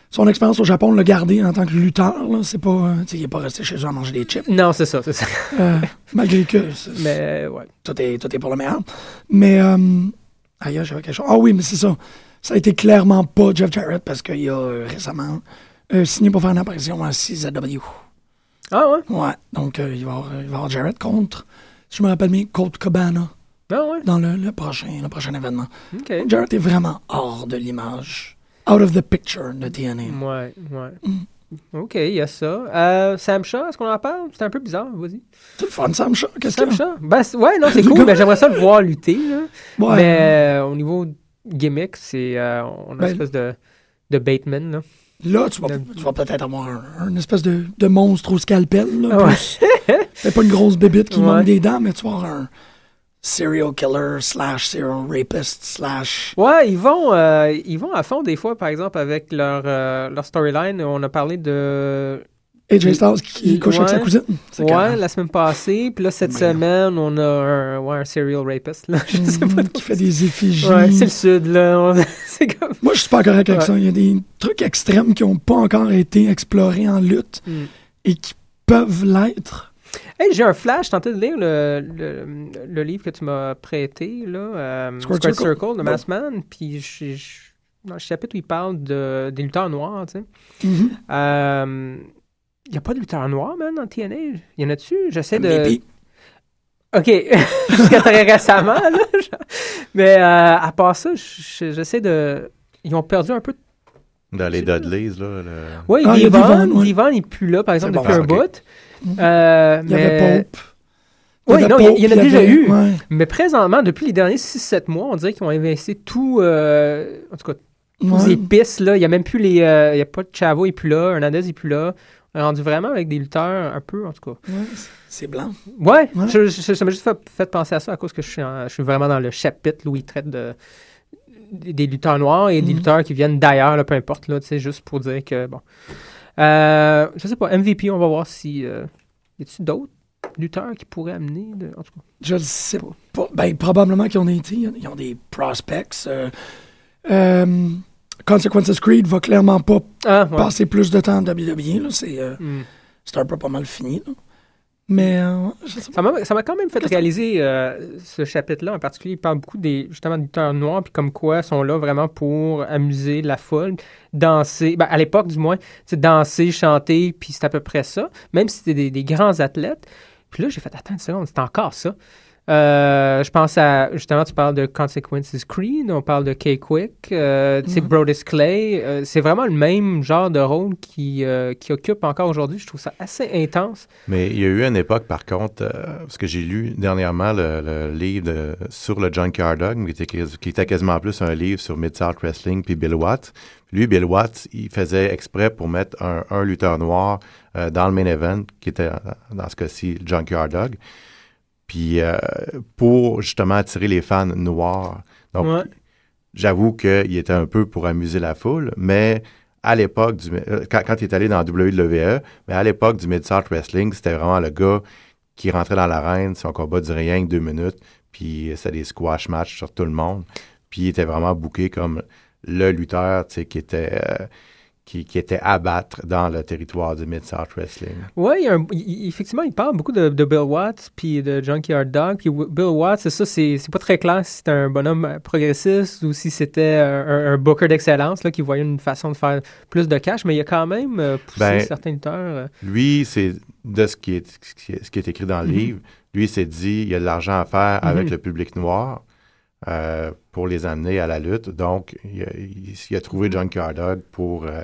son expérience au Japon l'a gardé en tant que lutteur. Là. C'est pas, euh, il n'est pas resté chez eux à manger des chips. Non, c'est ça, c'est ça. Euh, malgré que c'est- Mais, ouais. tout, est, tout est pour le meilleur. Mais, euh, ailleurs, j'avais quelque chose. Ah oui, mais c'est ça. Ça a été clairement pas Jeff Jarrett parce qu'il a euh, récemment euh, signé pour faire une apparition à C Z W. Ah, ouais? Ouais, donc euh, il, va avoir, il va avoir Jarrett contre, si je me rappelle bien, Colt Cabana Ah, ouais? dans le, le, prochain, le prochain événement. OK. Jarrett est vraiment hors de l'image. Out of the picture de T N A. Ouais, ouais. Mm. OK, il y a ça. Euh, Sam Shaw, est-ce qu'on en parle? C'est un peu bizarre, vas-y. C'est le fun, Sam Shaw. Qu'est-ce Sam que Shaw? Ben, c'est- ouais, non, c'est Le cool, gars- mais j'aimerais ça le voir lutter, là. Ouais. Mais euh, au niveau gimmick, c'est... euh, on a Ben, une espèce de, de Bateman, là. Là, tu vas, Le- tu vas peut-être avoir un, un espèce de, de monstre au scalpel. Là, Ah ouais. plus. C'est pas une grosse bébite qui Ouais. manque des dents, mais tu vas avoir un serial killer slash serial rapist slash... Ouais, ils vont, euh, ils vont à fond des fois, par exemple, avec leur, euh, leur storyline. On a parlé de... A J Styles qui couche avec sa Ouais. cousine. C'est Ouais, carré. la semaine passée. Puis là, cette Ben. semaine, on a un, ouais, un serial rapist, là. Je sais pas Mhm, qui fait des effigies. Ouais, c'est le sud, là. On- c'est comme... Moi, je suis pas correct avec Ouais. ça. Il y a des trucs extrêmes qui n'ont pas encore été explorés en lutte Mm. et qui peuvent l'être. Hey, j'ai un flash. Je tentais de lire le, le, le livre que tu m'as prêté, là. Euh, Squared Squared Circle. Circle de Maskman. Puis je, je, dans le chapitre où il parle de, des lutteurs noirs, tu sais. Mhm. Euh, Il n'y a pas de lutteur noir, man, dans T N A. Il y en a-tu? J'essaie de... M V P. OK. Jusqu'à très récemment, là. Mais euh, à part ça, je- j'essaie de... Ils ont perdu un peu... Dans les Dudleys, là. le- Oui, Ah, il y a Devon, Devon, ouais. Devon, il n'est plus là, par exemple, C'est depuis bon, un ok. bout. Euh, Il y mais... avait Pope. Oui, avait non, il y- Pope, il y en a il y déjà avait- eu. ouais. Mais présentement, depuis les derniers six sept mois, on dirait qu'ils ont investi tout... euh, en tout cas, tous Ouais. les pistes, là. Il n'y a même plus les... euh, il n'y a pas de Chavo, il n'est plus là. Hernandez, il n'est plus là. On est rendu vraiment avec des lutteurs un peu, en tout cas. Ouais, c'est blanc. Ouais, Ouais. je- je- ça m'a juste fait, fait penser à ça à cause que je suis, en- je suis vraiment dans le chapitre où ils traitent de, des, des lutteurs noirs et des Mhm. lutteurs qui viennent d'ailleurs, là, peu importe, là, tu sais, juste pour dire que, bon. Euh, je sais pas, M V P, on va voir si... Euh, y a-t-il d'autres lutteurs qui pourraient amener, de, en tout cas? Je ne sais pas. Ben, probablement qu'ils ont été. Ils ont des prospects. Euh, euh, Consequences Creed va clairement pas Ah, ouais. passer plus de temps en W W E. Là. C'est, euh, Hmm. c'est un peu pas mal fini. Là. Mais euh, je sais pas. Ça m'a, ça m'a quand même fait Qu'est-ce que- réaliser euh, ce chapitre-là en particulier. Il parle beaucoup des, justement des lutteurs noirs, puis comme quoi ils sont là vraiment pour amuser la foule, danser, ben, à l'époque du moins, c'est danser, chanter, puis c'est à peu près ça, même si c'était des, des grands athlètes. Puis là, j'ai fait, attends une seconde, c'est encore ça. Euh, je pense à, justement, tu parles de Consequences Creed, on parle de K-Quick, euh, tu sais, Mhm. Brodus Clay. Euh, c'est vraiment le même genre de rôle qui, euh, qui occupe encore aujourd'hui. Je trouve ça assez intense. Mais il y a eu une époque, par contre, euh, parce que j'ai lu dernièrement le, le livre de- sur le Junkyard Dog, qui était, quas- qui était quasiment plus un livre sur Mid-South Wrestling, puis Bill Watts. Lui, Bill Watts, il faisait exprès pour mettre un, un lutteur noir euh, dans le main event, qui était, dans ce cas-ci, le Junkyard Dog. Puis euh, pour justement attirer les fans noirs. Donc, Ouais. j'avoue qu'il était un peu pour amuser la foule, mais à l'époque, du, euh, quand, quand il est allé dans W W E, mais à l'époque du Mid-South Wrestling, c'était vraiment le gars qui rentrait dans l'arène, son combat durait rien que deux minutes, puis c'était des squash matchs sur tout le monde. Puis il était vraiment booké comme le lutteur, tu sais, qui était... euh, Qui, qui était à battre dans le territoire du Mid-South Wrestling. Oui, effectivement, il parle beaucoup de, de Bill Watts puis de Junkyard Dog. Puis W- Bill Watts, c'est ça, c'est c'est pas très clair si c'était un bonhomme euh, progressiste ou si c'était un, un- un booker d'excellence là, qui voyait une façon de faire plus de cash, mais il a quand même euh, poussé Ben, certains lutteurs. euh, Lui, c'est de ce qui est, ce qui est, ce qui est écrit dans le Mhm. livre. Lui, il s'est dit, il y a de l'argent à faire avec Mhm. le public noir euh, pour les amener à la lutte. Donc, il a, il- il a trouvé Junkyard Dog pour, euh,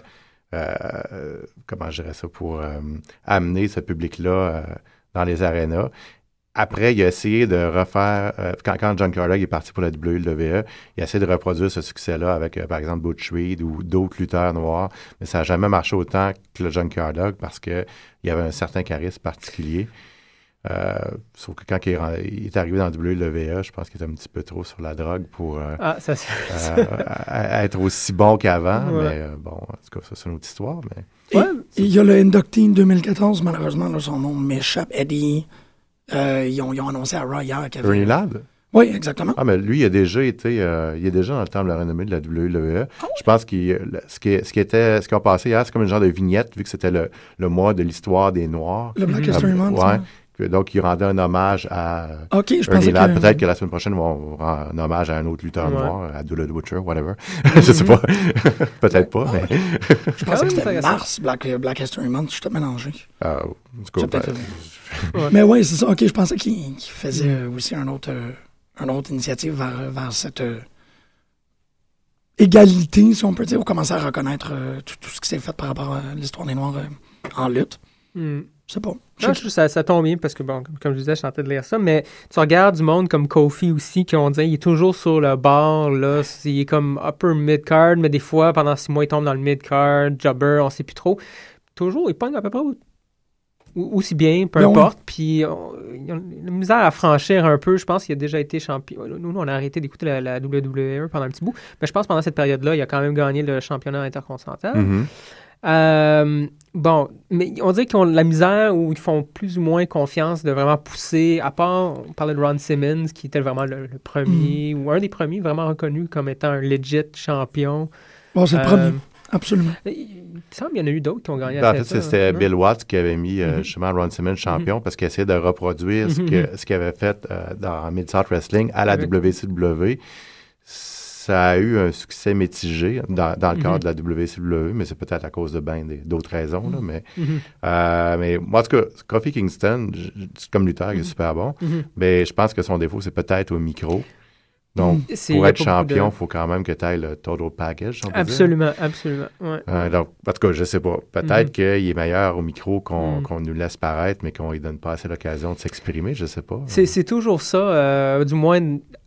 euh, comment je dirais ça, pour euh, amener ce public-là euh, dans les arénas. Après, il a essayé de refaire, euh, quand, quand Junkyard Dog est parti pour la W W E, il a essayé de reproduire ce succès-là avec, euh, par exemple, Butch Reed ou d'autres lutteurs noirs, mais ça n'a jamais marché autant que le Junkyard Dog parce qu'il y avait un certain charisme particulier. Euh, sauf que quand il est, ren- il est arrivé dans la W W E, je pense qu'il était un petit peu trop sur la drogue pour euh, Ah, ça c'est. euh, à- à être aussi bon qu'avant, Ouais. mais euh, bon, en tout cas, ça c'est une autre histoire, mais... Et- Ouais, et il y a le Inductee deux mille quatorze, malheureusement, là, son nom m'échappe. Eddie. Euh, ils, ont, ils ont annoncé à Raw hier qu'il y avait... Ernie Ladd? Oui, exactement. Ah, mais lui, il a déjà été, euh, il est déjà dans le temps de la renommée de la W W E. Je pense qu'il, ce qui, ce qui était, ce qui a passé hier, c'est comme une genre de vignette, vu que c'était le, le mois de l'histoire des Noirs. Le Black Euh, History Month. ouais. ça. Que- Donc, il rendait un hommage à OK, je Ernie pensais Ladd. que... Peut-être que la semaine prochaine, ils vont rendre un hommage à un autre lutteur Ouais. noir, à Abdullah the Butcher, whatever. Je sais pas. Peut-être pas, mais... Je pensais que c'était intéressant. mars, Black, Black History Month. Je t'ai mélangé. Euh, en tout cas, C'est peut-être- ben, Ouais. Mais oui, c'est ça. OK, je pensais qu'il qu'il faisait euh, aussi un autre, euh, une autre initiative vers, vers cette euh, égalité, si on peut dire, ou commencer à reconnaître euh, tout, tout ce qui s'est fait par rapport à l'histoire des Noirs euh, en lutte. Hmm. Je sais pas. Je Non, sais je- ça, ça tombe bien parce que, bon, comme je disais, je suis en train de lire ça, mais tu regardes du monde comme Kofi aussi, qui on dirait, il est toujours sur le bord, là, c'est- il est comme upper mid-card, mais des fois, pendant six mois, il tombe dans le mid-card, jobber, on sait plus trop. Toujours, il pogne à peu près au- au- aussi bien, peu Ben importe, puis on- il a la misère à franchir un peu, je pense qu'il a déjà été champion. Nous, nous, on a arrêté d'écouter la, la W W E pendant un petit bout, mais je pense que pendant cette période-là, il a quand même gagné le championnat intercontinental. mhm. Euh, bon, mais on dirait qu'ils ont la misère où ils font plus ou moins confiance de vraiment pousser, à part, on parlait de Ron Simmons, qui était vraiment le, le premier, ou un des premiers vraiment reconnu comme étant un legit champion. Bon, c'est le Euh, premier. Absolument. Il il me semble qu'il y en a eu d'autres qui ont gagné Ben, à en fait, cette c'était non? Bill Watts qui avait mis euh, Mhm. justement Ron Simmons champion parce qu'il essayait de reproduire ce Mhm. que- ce qu'il avait fait euh, dans Mid-South Wrestling à la Avec- W C W. Ça a eu un succès mitigé dans, dans le cadre Mhm. de la W C W, mais c'est peut-être à cause de ben des- d'autres raisons. Là, mais, Mhm. euh, mais moi, en tout cas, Kofi Kingston, j- j- comme lutteur, il est super bon. Mhm. Mais je pense que son défaut, c'est peut-être au micro. Donc, C'est- pour il y a être pas beaucoup champion, il de- faut quand même que tu ailles le total package. on peut dire. Absolument, absolument. Ouais. Euh, donc, en tout cas, je sais pas. Peut-être Mhm. qu'il est meilleur au micro qu'on Mhm. qu'on nous laisse paraître, mais qu'on lui donne pas assez l'occasion de s'exprimer, je sais pas. C'est, c'est toujours ça, euh, du moins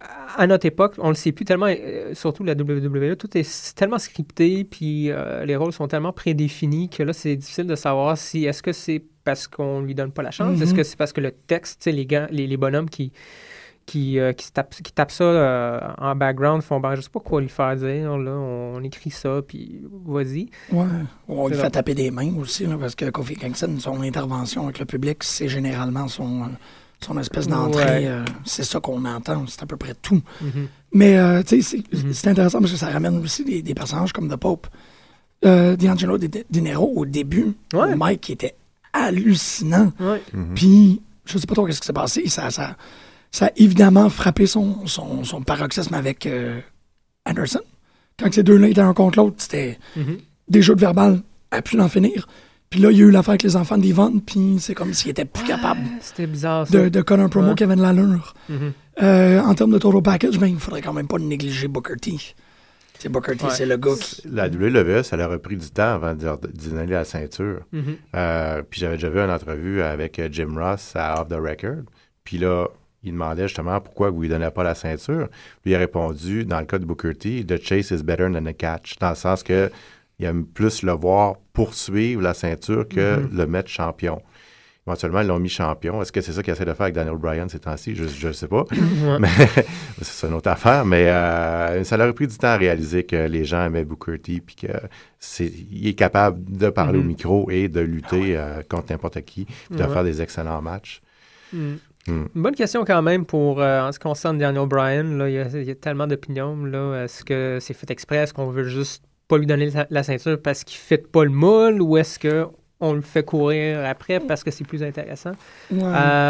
à notre époque, on le sait plus tellement, euh, surtout la W W E, tout est s- tellement scripté, puis euh, les rôles sont tellement prédéfinis que là, c'est difficile de savoir si est-ce que c'est parce qu'on lui donne pas la chance, Mhm. est-ce que c'est parce que le texte, tu sais, les, gars, les, les bonhommes qui, qui, euh, qui, se tapent, qui tapent ça euh, en background font, ben, je sais pas quoi lui faire dire, là, on, on écrit ça, puis vas-y. Ouais. On lui C'est fait vrai. taper des mains aussi, là, parce que Kofi Kingston, son intervention avec le public, c'est généralement son, euh, son espèce d'entrée. Ouais. euh, c'est ça qu'on entend. C'est à peu près tout. Mhm. Mais, euh, tu sais, c'est Mhm. c'est intéressant parce que ça ramène aussi des, des personnages comme The Pope. Euh, D'Angelo Di Di Niro, au début, Ouais. Mike était hallucinant. Ouais. Mhm. Puis, je sais pas trop qu'est-ce qui s'est passé. Ça, ça, ça a évidemment frappé son, son, son paroxysme avec euh, Anderson. Quand ces deux-là étaient un contre l'autre, c'était Mhm. des jeux de verbal à plus d'en finir. Puis là, il y a eu l'affaire avec les enfants d'Yvonne, puis c'est comme s'il était plus capable C'était bizarre, ça. de, de coller un promo Ouais. qui avait de l'allure. Mhm. Euh, en termes de total package, ben, il faudrait quand même pas négliger Booker T. C'est Booker T, Ouais. c'est le gars qui... La W W E, ça leur a pris du temps avant de de d'installer la ceinture. Mhm. Euh, puis j'avais déjà vu une entrevue avec euh, Jim Ross à Off the Record. Puis là, il demandait justement pourquoi vous lui donnez pas la ceinture. Puis il a répondu, dans le cas de Booker T, The chase is better than the catch. Dans le sens que il aime plus le voir poursuivre la ceinture que Mhm. le mettre champion. Éventuellement, ils l'ont mis champion. Est-ce que c'est ça qu'il essaie de faire avec Daniel Bryan ces temps-ci? Je ne sais pas. Ouais. Mais c'est une autre affaire. Mais euh, ça leur a pris du temps à réaliser que les gens aimaient Booker T puis qu'il est capable de parler Mhm. au micro et de lutter euh, contre n'importe qui puis de Ouais. faire des excellents matchs. Mhm. Mm. Une bonne question quand même pour, euh, en ce qui concerne Daniel Bryan. Là, il, y a, il y a tellement d'opinions. Là. Est-ce que c'est fait exprès? Est-ce qu'on veut juste pas lui donner la, la ceinture parce qu'il ne fait pas le moule? Ou est-ce qu'on le fait courir après parce que c'est plus intéressant? Ouais.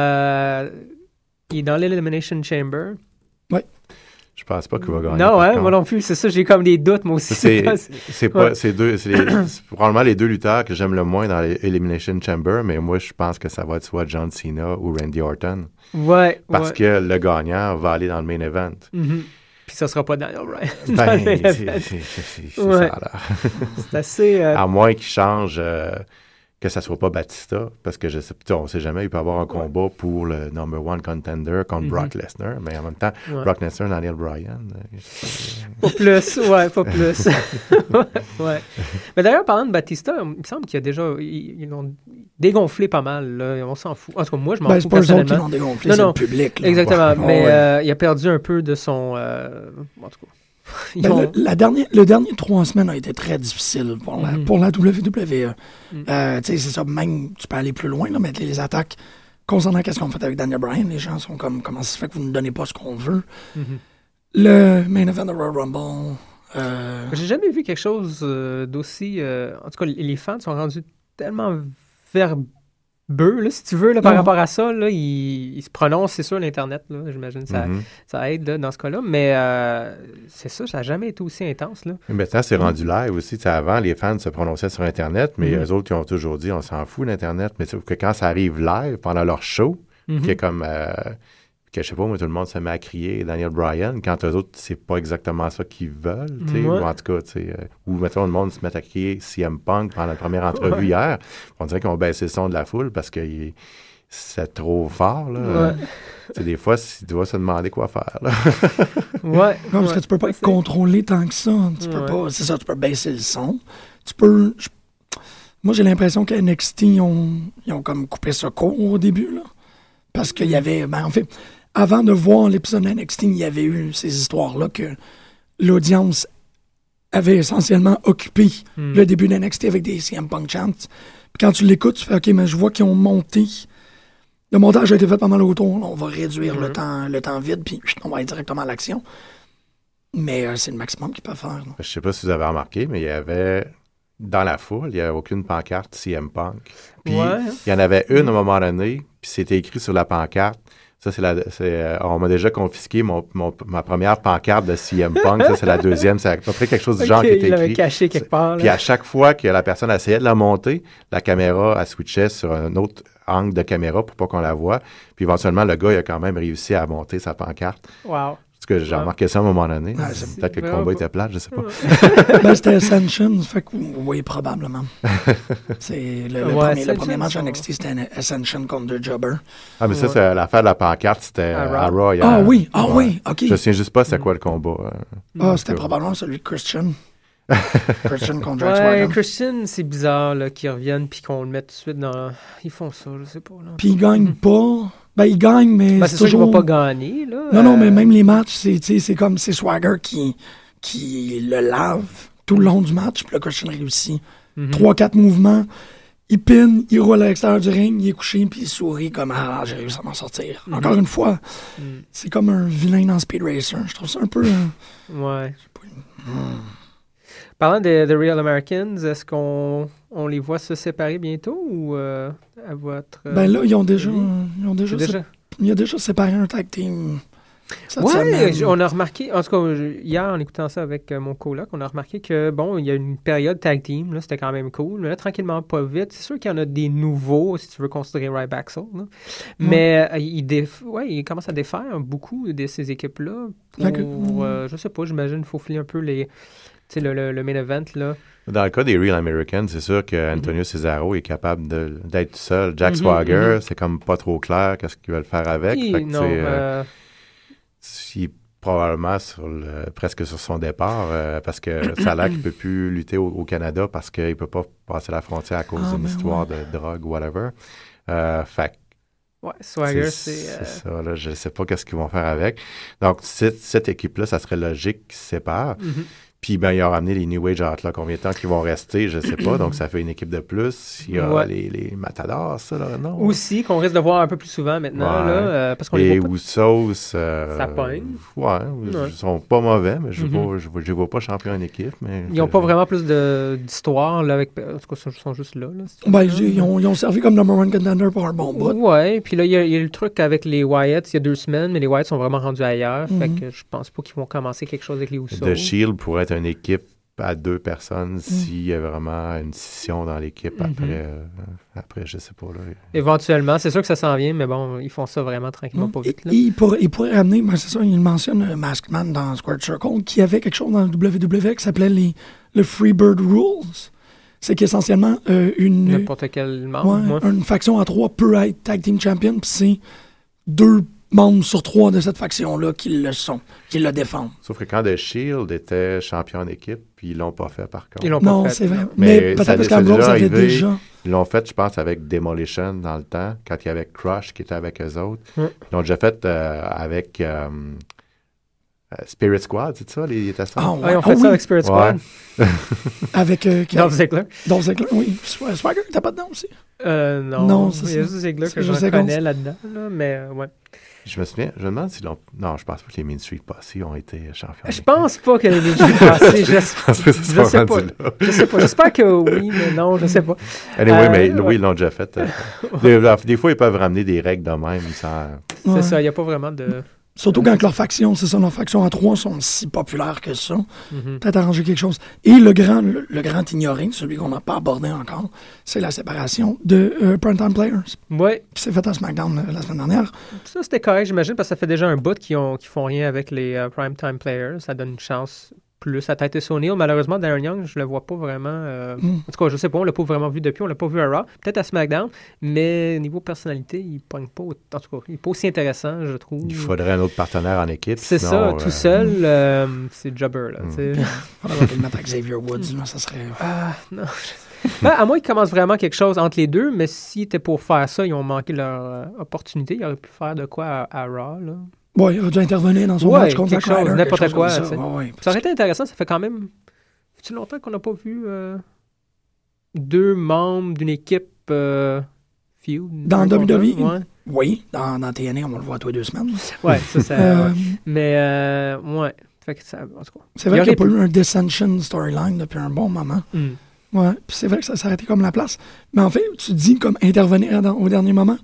Euh, il est dans l'Elimination Chamber. Je pense pas qu'il va gagner. non, par hein, contre. moi non plus. C'est ça, j'ai comme des doutes, moi aussi. C'est, pas- c'est pas, Ouais. c'est deux, c'est, les- c'est probablement les deux lutteurs que j'aime le moins dans l'Elimination Chamber, mais moi, je pense que ça va être soit John Cena ou Randy Orton. Ouais, Parce ouais. que le gagnant va aller dans le main event. Mhm. Puis ça sera pas Daniel Bryan. Ben, Dans le main c'est, event. c'est, c'est, c'est, c'est Ouais. ça, là. C'est assez... euh, À moins qu'il change, euh, que ça soit pas Batista, parce que je sais, on sait jamais, il peut y avoir un combat pour le number one contender contre Mhm. Brock Lesnar, mais en même temps, Ouais. Brock Lesnar, Daniel Bryan. euh, Pas plus, ouais, pas plus. ouais. Mais d'ailleurs, parlant de Batista, il me semble qu'il y a déjà. Ils, ils l'ont dégonflé pas mal, là. On s'en fout. En tout cas, moi, je m'en Ben, fous c'est pas eux autres qui personnellement. l'ont dégonflé, Non, c'est non. le public. là. Exactement. Ouais. Mais Ouais. euh, il a perdu un peu de son. euh, en tout cas. Ils Ben, ont- le, la dernière, le dernier trois semaines a été très difficile pour la, Mhm. pour la W W E. Mhm. Euh, tu sais, c'est ça, même, tu peux aller plus loin, là, mais les attaques concernant qu'est-ce qu'on fait avec Daniel Bryan, les gens sont comme, comment ça se fait que vous ne donnez pas ce qu'on veut? Mm-hmm. Le main event de Royal Rumble... Euh... J'ai jamais vu quelque chose euh, d'aussi... Euh, en tout cas, les fans sont rendus tellement verbeux, là, si tu veux, là, par Non. rapport à ça. Là, ils, ils se prononcent, c'est sûr, l'Internet. Là, j'imagine que ça, Mhm. ça aide là, dans ce cas-là. Mais euh, c'est ça, ça n'a jamais été aussi intense. Là. Mais maintenant, c'est rendu live aussi. Tu sais, avant, les fans se prononçaient sur Internet, mais Mhm. eux autres, ils ont toujours dit on s'en fout d'Internet. Mais sauf que quand ça arrive live, pendant leur show, Mhm. qui est comme... Euh, que je sais pas, moi, tout le monde se met à crier Daniel Bryan, quand eux autres, c'est pas exactement ça qu'ils veulent, tu sais, Ouais. ou en tout cas, tu sais, euh, ou mettons, le monde se met à crier C M Punk pendant la première entrevue Ouais. hier, on dirait qu'ils ont baissé le son de la foule parce que il- c'est trop fort, là. Euh, Ouais. tu sais, des fois, si tu dois se demander quoi faire, là. Ouais. Non, parce ouais. que tu peux pas être C'est- contrôlé tant que ça. Tu peux Ouais. pas... C'est ça, tu peux baisser le son. Tu peux... je- Moi, j'ai l'impression qu'à N X T, ils ont, ils ont comme coupé ça court au début, là. Parce qu'il y avait... Ben, en fait... Avant de voir l'épisode de N X T, il y avait eu ces histoires-là que l'audience avait essentiellement occupé Mm. le début de N X T avec des C M Punk chants. Puis quand tu l'écoutes, tu fais « OK, mais je vois qu'ils ont monté. Le montage a été fait pas mal autour. On va réduire le, Mhm. temps, le temps vide, puis chut, on va aller directement à l'action. » Mais euh, c'est le maximum qu'ils peuvent faire. là. Je sais pas si vous avez remarqué, mais il y avait, dans la foule, il n'y avait aucune pancarte C M Punk. Puis, Ouais. il y en avait une à un moment donné, puis c'était écrit sur la pancarte. Ça, c'est la. c'est, euh, on m'a déjà confisqué mon, mon- ma première pancarte de C M Punk. Ça, c'est la deuxième. C'est à peu près quelque chose du genre Ok, qui était il l'avait écrit. caché quelque part. Puis Là. à chaque fois que la personne essayait de la monter, la caméra, elle switchait sur un autre angle de caméra pour pas qu'on la voie. Puis éventuellement, le gars, il a quand même réussi à monter sa pancarte. Wow. Parce que j'ai Ouais. remarqué ça à un moment donné. Ouais, c'est Peut-être que le vraiment combat pas- était plat, je sais pas. Ben, c'était Ascension, fait que oui, probablement. C'est le, le Ouais, premier, le Ascension, premier match ça- N X T, c'était Ascension contre The Jobber. Ah, mais ça, Ouais. c'est l'affaire de la pancarte, c'était À à Raw. Raw hier. Ah oui, ah Ouais. oui, OK. Je me souviens juste pas c'était quoi le combat. euh. Ah, c'était que- probablement celui de Christian. Christian contre Jack Ouais, Swagger. Christian, c'est bizarre là, qu'ils reviennent puis qu'on le mette tout de suite dans. Ils font ça, je sais pas. Là. Puis il gagne pas. Ben, il gagne, mais Ben, c'est c'est sûr qu'il toujours... va pas gagner. Là. Non, non, Euh, mais même les matchs, c'est, tu sais, c'est comme c'est Swagger qui, qui le lave tout le long du match, puis là, Christian réussit. mhm. Trois, quatre mouvements, il pine, il roule à l'extérieur du ring, il est couché, puis il sourit comme « Ah, j'ai réussi à m'en sortir. Mhm. Encore une fois, Mm. c'est comme un vilain dans Speed Racer. Je trouve ça un peu... euh, Ouais. Parlant de, de Real Americans, est-ce qu'on on les voit se séparer bientôt ou euh, à votre. euh, Ben là, ils ont déjà... avis? Ils ont déjà, C'est sé- déjà... Il y a déjà séparé un tag team cette Ouais, semaine. j- on a remarqué, en tout cas, je- hier, en écoutant ça avec euh, mon coloc, on a remarqué que, bon, il y a une période tag team, là, c'était quand même cool, mais là, tranquillement, pas vite, c'est sûr qu'il y en a des nouveaux, si tu veux considérer Ryback Soul, là. Mais euh, il, déf... ouais, il commence à défaire beaucoup de ces équipes-là pour, D'accord. euh, je sais pas, j'imagine, faufiler un peu les, tu sais, le, le, le main event, là. Dans le cas des Real Americans, c'est sûr que Antonio Cesaro est capable de- d'être seul. Jack Mhm, Swagger, mhm. c'est comme pas trop clair qu'est-ce qu'ils veulent faire avec. Et Fait que, non, tu sais, euh, euh, il est probablement sur le, presque sur son départ euh, parce que ça a l'air qu'il peut plus lutter au, au Canada parce qu'il peut pas passer la frontière à cause Ah, d'une ben histoire de drogue ou whatever. Euh, fait que ouais, Swagger, c'est c'est... euh, c'est ça, là, je sais pas qu'est-ce qu'ils vont faire avec. Donc, cette, cette équipe-là, ça serait logique qu'ils se séparent. mhm. Puis, ben, ils ont ramené les New Age Outlaws. Combien de temps qu'ils vont rester, je sais pas. Donc, ça fait une équipe de plus. Il y a Ouais. les, les Matadors, ça, là, non? Aussi, qu'on risque de voir un peu plus souvent maintenant, Ouais. là, euh, parce qu'on les Les voit pas. Usos, euh, Ça pogne. Ouais, Ouais. ils sont pas mauvais, mais je ne Mhm. vois, je vois pas champion en équipe. Mais Ils n'ont pas vraiment plus de- d'histoire, là, avec... En tout cas, ils sont juste là, là. si tu Ben, veux, ils, là. ont, ils ont servi comme number one contender pour un bon bout. Ouais, puis là, il y, a- il y a le truc avec les Wyatt il y a deux semaines, mais les Wyatt sont vraiment rendus ailleurs, fait Mhm. que je pense pas qu'ils vont commencer quelque chose avec les Usos. The Shield pourrait être une équipe à deux personnes s'il y a vraiment une scission dans l'équipe Mhm. après, euh, après, je sais pas. Là. Éventuellement, c'est sûr que ça s'en vient, mais bon, ils font ça vraiment tranquillement, pas Et- vite. Là. et il, pourrait, il pourrait ramener, ben c'est ça, il mentionne euh, Masked Man dans Squared Circle, qui avait quelque chose dans le W W E qui s'appelait les, le Freebird Rules. C'est qu'essentiellement, euh, une, N'importe quel membre, ouais, moi. une faction à trois peut être Tag Team Champion, puis c'est deux membres sur trois de cette faction-là qui le sont, qui le défendent. Sauf que quand The Shield était champion en équipe, puis ils l'ont pas fait par contre. Ils l'ont Non, pas fait. c'est vrai. Mais Mais, ça- peut-être parce ça a qu'Ambrose déjà avait arrivé. déjà... Ils l'ont fait, je pense, avec Demolition dans le temps, quand il y avait Crush qui était avec eux autres. Ouais. Ils l'ont déjà fait euh, avec... euh, euh, Spirit Squad, c'est ça? Les, il était ça? Ah, ouais. Ah, ils ont Ah fait ça oui. avec Spirit Squad. Ouais. Avec... Euh, qui- Dolph Ziggler. Dolph Ziggler, oui. Sw- Swagger, t'as pas dedans aussi? Euh, non, Non, c'est il y a ça. juste Ziggler C'est que je juste reconnais Ziggler. là-dedans, là, mais euh, ouais. Je me souviens, je me demande si l'on... Non, je pense pas que les Main Street Posse ont été champions. Je pense pas que les Ninjas passés, je, pense que ça je soit sais pas. rendu là. Je sais pas. J'espère que oui, mais non, je sais pas. Anyway, Euh, mais ouais. oui, ils l'ont déjà fait. euh. des, des fois, ils peuvent ramener des règles de même. Sans... C'est Ouais. ça, il n'y a pas vraiment de... Surtout quand leurs factions, c'est ça, leurs factions à trois sont si populaires que ça. Mhm. Peut-être arranger quelque chose. Et le grand, le, le grand ignoré, celui qu'on n'a pas abordé encore, c'est la séparation de euh, Primetime Players, Ouais, qui s'est faite à SmackDown euh, la semaine dernière. ça c'était correct, j'imagine, parce que ça fait déjà un bout qu'ils ont, qu'ils font rien avec les euh, Primetime Players. Ça donne une chance plus à Titus O'Neil. Malheureusement, Darren Young, je le vois pas vraiment. euh, Mm. En tout cas, je sais pas, on l'a pas vraiment vu depuis, on l'a pas vu à Raw. Peut-être à SmackDown, mais niveau personnalité, il pogne pas. au- En tout cas, il est pas aussi intéressant, je trouve. Il faudrait un autre partenaire en équipe. C'est sinon, ça, euh, tout seul, euh, c'est jobber, là. Mm. tu sais. Faudrait qu'ils le mettent avec Xavier Woods, là, ça serait... Ah, non. Ben, à moins qu'ils commencent vraiment quelque chose entre les deux, mais s'ils étaient pour faire ça, ils ont manqué leur euh, opportunité. Ils auraient pu faire de quoi à, à Raw, là. Ouais, il aurait dû intervenir dans son Ouais, match contre quelque Zack chose, Ryder, n'importe quelque chose quoi, comme tu sais. ça. Ouais, ouais. Ça aurait été intéressant, ça fait quand même... Fait-tu longtemps qu'on n'a pas vu euh, deux membres d'une équipe euh, feud? Dans un contre W W E? un? Ouais, Oui, dans, dans T N A, on le voit tous les deux semaines. ouais ça, ça... Euh, ouais. Mais, euh, ouais. Fait que ça... En tout cas... C'est vrai Il qu'il n'y a aurait pas eu un Dissension storyline depuis un bon moment. Hmm. Ouais, puis c'est vrai que ça s'arrêtait comme la place. Mais en fait, tu dis comme intervenir dans- au dernier moment.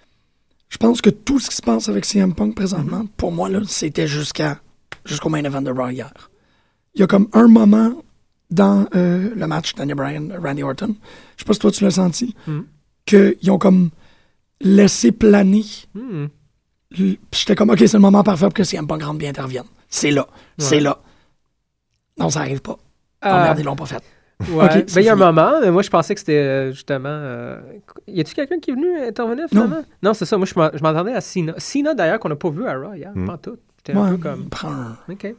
Je pense que tout ce qui se passe avec C M Punk présentement, pour moi, là, c'était jusqu'à jusqu'au main event de Raw hier. Il y a comme un moment dans euh, le match Daniel Bryan, Randy Orton, je sais pas si toi tu l'as senti, Mhm. qu'ils ont comme laissé planer. Hmm. Puis j'étais comme, OK, c'est le moment parfait pour que C M Punk rentre bien intervienne. C'est là. C'est là. Non, ça arrive pas. Oh Euh, merde, ils l'ont pas fait. Ouais. Ok, Ben, c'est il y a un fini. moment, mais moi, je pensais que c'était euh, justement... euh, Y a-tu quelqu'un qui est venu intervenir, finalement? Non, c'est ça. Moi, je m'en- je m'entendais à Cena. Cena, d'ailleurs, qu'on n'a pas vu à Raw hier, Mm. pas en tout. J'étais un Ouais, peu comme... prends un- OK.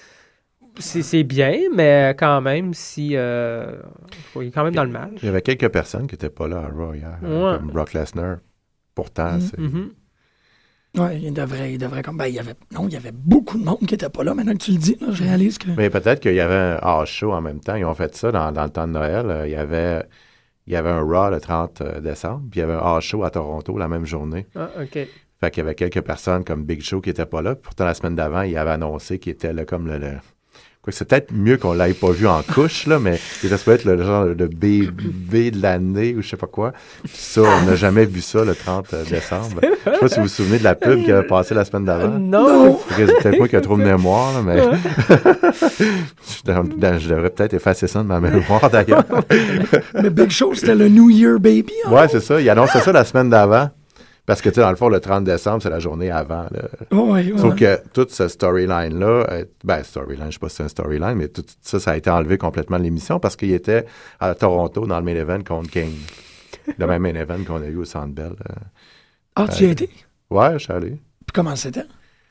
C'est c'est bien, mais quand même, si... Euh... Il est quand même dans le match. Il y avait quelques personnes qui n'étaient pas là à Raw hier, Ouais. comme Brock Lesnar. Pourtant, Mhm. c'est... Mhm. Ouais, il devrait, il devrait comme. Ben, il y avait. Non, il y avait beaucoup de monde qui était pas là. Maintenant que tu le dis, là, je réalise que. Mais peut-être qu'il y avait un house show en même temps. Ils ont fait ça dans, dans le temps de Noël. Euh, Il y avait, il y avait un Raw le trente décembre, puis il y avait un house show à Toronto la même journée. Ah, OK. Fait qu'il y avait quelques personnes comme Big Show qui n'étaient pas là. Pourtant, la semaine d'avant, il avait annoncé qu'il était là comme le... le... Quoi, c'est peut-être mieux qu'on ne l'ait pas vu en couche, là, mais il était supposé être le genre de bébé de l'année ou je sais pas quoi. Puis ça, on n'a jamais vu ça le trente décembre. Je sais pas si vous vous souvenez de la pub qui avait passé la semaine d'avant. Non! C'est peut-être moi qui ai trop de mémoire, là, mais je, devrais- je devrais peut-être effacer ça de ma mémoire d'ailleurs. Mais Big Show, c'était le New Year Baby. hein? Ouais, c'est ça. Il annonçait ça la semaine d'avant. Parce que, tu sais, dans le fond, le trente décembre, c'est la journée avant. Là. Ouais, ouais. Sauf que toute ce storyline-là, euh, ben, storyline, je sais pas si c'est un storyline, mais tout ça, ça a été enlevé complètement de l'émission parce qu'il était à Toronto dans le main event contre King. Le même main event qu'on a eu au Centre Bell. euh. Ah, tu y as été? Puis Ouais, je suis allé. comment c'était?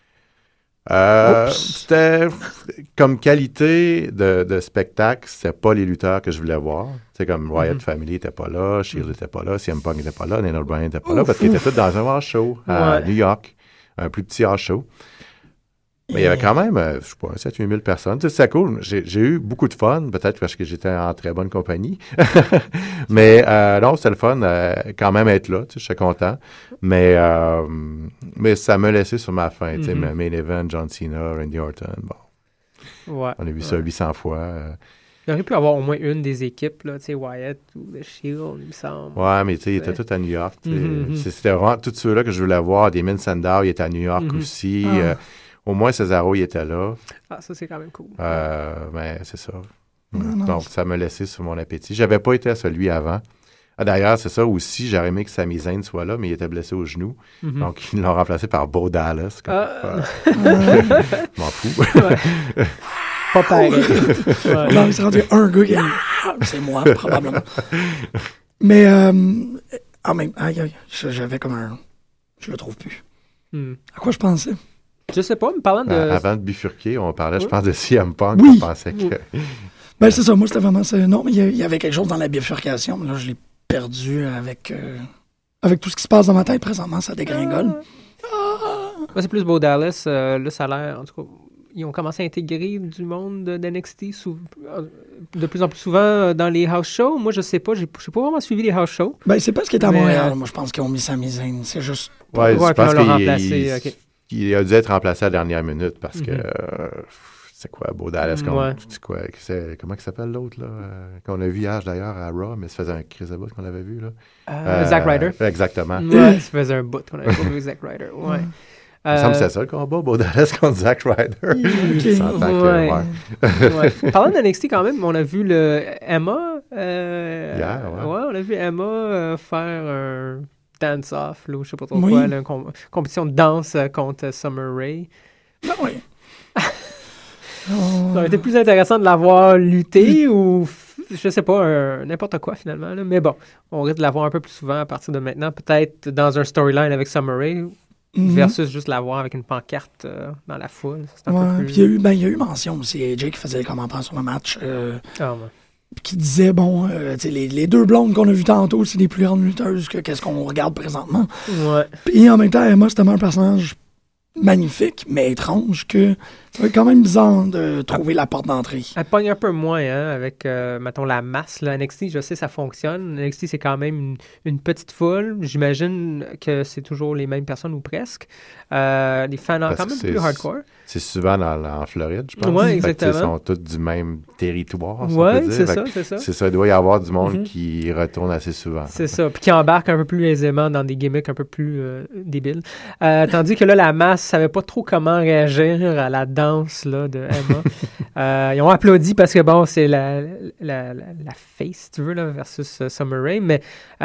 Euh, Oups. c'était comme qualité de, de spectacle, c'était pas les lutteurs que je voulais voir. Tu sais, comme Wyatt Mhm. Family était pas là, Shield était pas là, C M Punk était pas là, Daniel Bryan était pas là, parce qu'ils étaient tous dans un house show à Ouais. New York, un plus petit house show. Mais il y avait quand même, euh, je sais pas, sept huit mille personnes. Tu sais, c'est cool. J'ai, j'ai eu beaucoup de fun, peut-être parce que j'étais en très bonne compagnie. Mais euh, non, c'était le fun euh, quand même être là. Tu sais, je suis content. Mais, euh, mais ça m'a laissé sur ma faim. Tu sais, Mhm. main event, John Cena, Randy Orton. Bon, Ouais. on a vu ça huit cents fois. euh. Il aurait pu avoir au moins une des équipes, là, tu sais, Wyatt ou The Shield, il me semble. Ouais, mais tu sais, il était Ouais. tout à New York. tu sais. Mhm, mhm. C'est- C'était vraiment tous ceux-là que je voulais voir. Damien Sandow, il était à New York Mhm. aussi. Ah. Euh, au moins, Cesaro, il était là. Ah, ça, c'est quand même cool. Euh, mais c'est ça. Non, non, Donc, ça m'a laissé sur mon appétit. J'avais pas été à celui avant. Ah, d'ailleurs, c'est ça aussi. J'aurais aimé que Sami Zayn soit là, mais il était blessé au genou. Mhm. Donc, ils l'ont remplacé par Bo Dallas. Comme, Ah. euh, Euh, je m'en fous. Pas pareil. Ouais. non, il s'est rendu un gars qui. Ah, c'est moi, probablement. Mais, euh, ah, mais, aïe, aïe, je- j'avais comme un. Je le trouve plus. Hmm. À quoi je pensais? Je sais pas, mais parlant de... Euh, Avant de bifurquer, on parlait, je Oui. pense, de C M Punk. Oui. On pensait que... Ben, c'est ça, moi, c'était vraiment ça. Non, mais il y a- il y avait quelque chose dans la bifurcation, mais là, je l'ai perdu avec, euh, avec tout ce qui se passe dans ma tête présentement, ça dégringole. Moi, c'est plus Bo Dallas. euh, là, ça a l'air... En tout cas, ils ont commencé à intégrer du monde de- d'N X T sou- de plus en plus souvent euh, dans les house shows. Moi, je sais pas, j'ai j'ai pas vraiment suivi les house shows. Ben, c'est parce qu'il est à Mais, Montréal. euh, Moi, je pense qu'ils ont mis Sami Zayn. C'est juste. Ouais, Ouais, je puis on pense l'a qu'il remplacé, il- ok. il a dû être remplacé à la dernière minute parce que Mhm. euh, c'est quoi, Beau Dallas, Mm, qu'on- ouais. c'est quoi, c'est- comment il s'appelle l'autre, là, euh, qu'on a vu hier d'ailleurs à Raw, mais ça faisait un crise de bout qu'on l'avait vu, là. Euh, Zack Ryder. Exactement. Ouais, ça faisait un bout qu'on avait pas vu Zack Ryder. Ouais. Il me semble que Euh, c'était ça le combat, Beau Dallas contre Zack Ryder. Ok. S'entend que, Ouais. ouais. ouais. Parlant de N X T quand même, on a vu le Emma. euh, Hier, ouais. on a vu Emma euh, faire un dance-off, là, ou je sais pas trop Oui. quoi, là, une com- compétition de danse euh, contre Summer Rae. Ben oui. Ça aurait été plus intéressant de la voir lutter ou, f- je sais pas, un- n'importe quoi finalement. Là. Mais bon, on risque de la voir un peu plus souvent à partir de maintenant, peut-être dans un storyline avec Summer Rae Mhm. versus juste la voir avec une pancarte euh, dans la foule. C'est un Ouais, peu puis il y a plus... eu, ben, il y a eu mention aussi. A J qui faisait les commentaires sur le match. euh, Ah, ouais. qui disait, bon, euh, tu sais, les, les deux blondes qu'on a vues tantôt, c'est les plus grandes lutteuses que qu'est-ce qu'on regarde présentement. Ouais. Puis en même temps, Emma, c'était un personnage magnifique, mais étrange, que ça va être quand même bizarre de trouver la porte d'entrée. Elle pogne un peu moins, hein, avec, euh, mettons, la masse. Là. N X T, je sais, ça fonctionne. N X T, c'est quand même une, une petite foule. J'imagine que c'est toujours les mêmes personnes ou presque. Euh, des fans Parce quand que même c'est- plus hardcore. C'est souvent dans, en Floride, je pense. Ouais, Fait que, tu sais, exactement. Ils sont tous du même territoire, si on Ouais, peut dire. c'est Fait ça, que c'est ça. C'est ça, il doit y avoir du monde Mhm. qui retourne assez souvent. C'est ça. Puis qui embarque un peu plus aisément dans des gimmicks un peu plus euh, débiles. Euh, tandis que là, la masse savait pas trop comment réagir à la danse là, de Emma. Euh, ils ont applaudi parce que, bon, c'est la, la, la, la face, si tu veux, là, versus euh, Summer Rae. Mais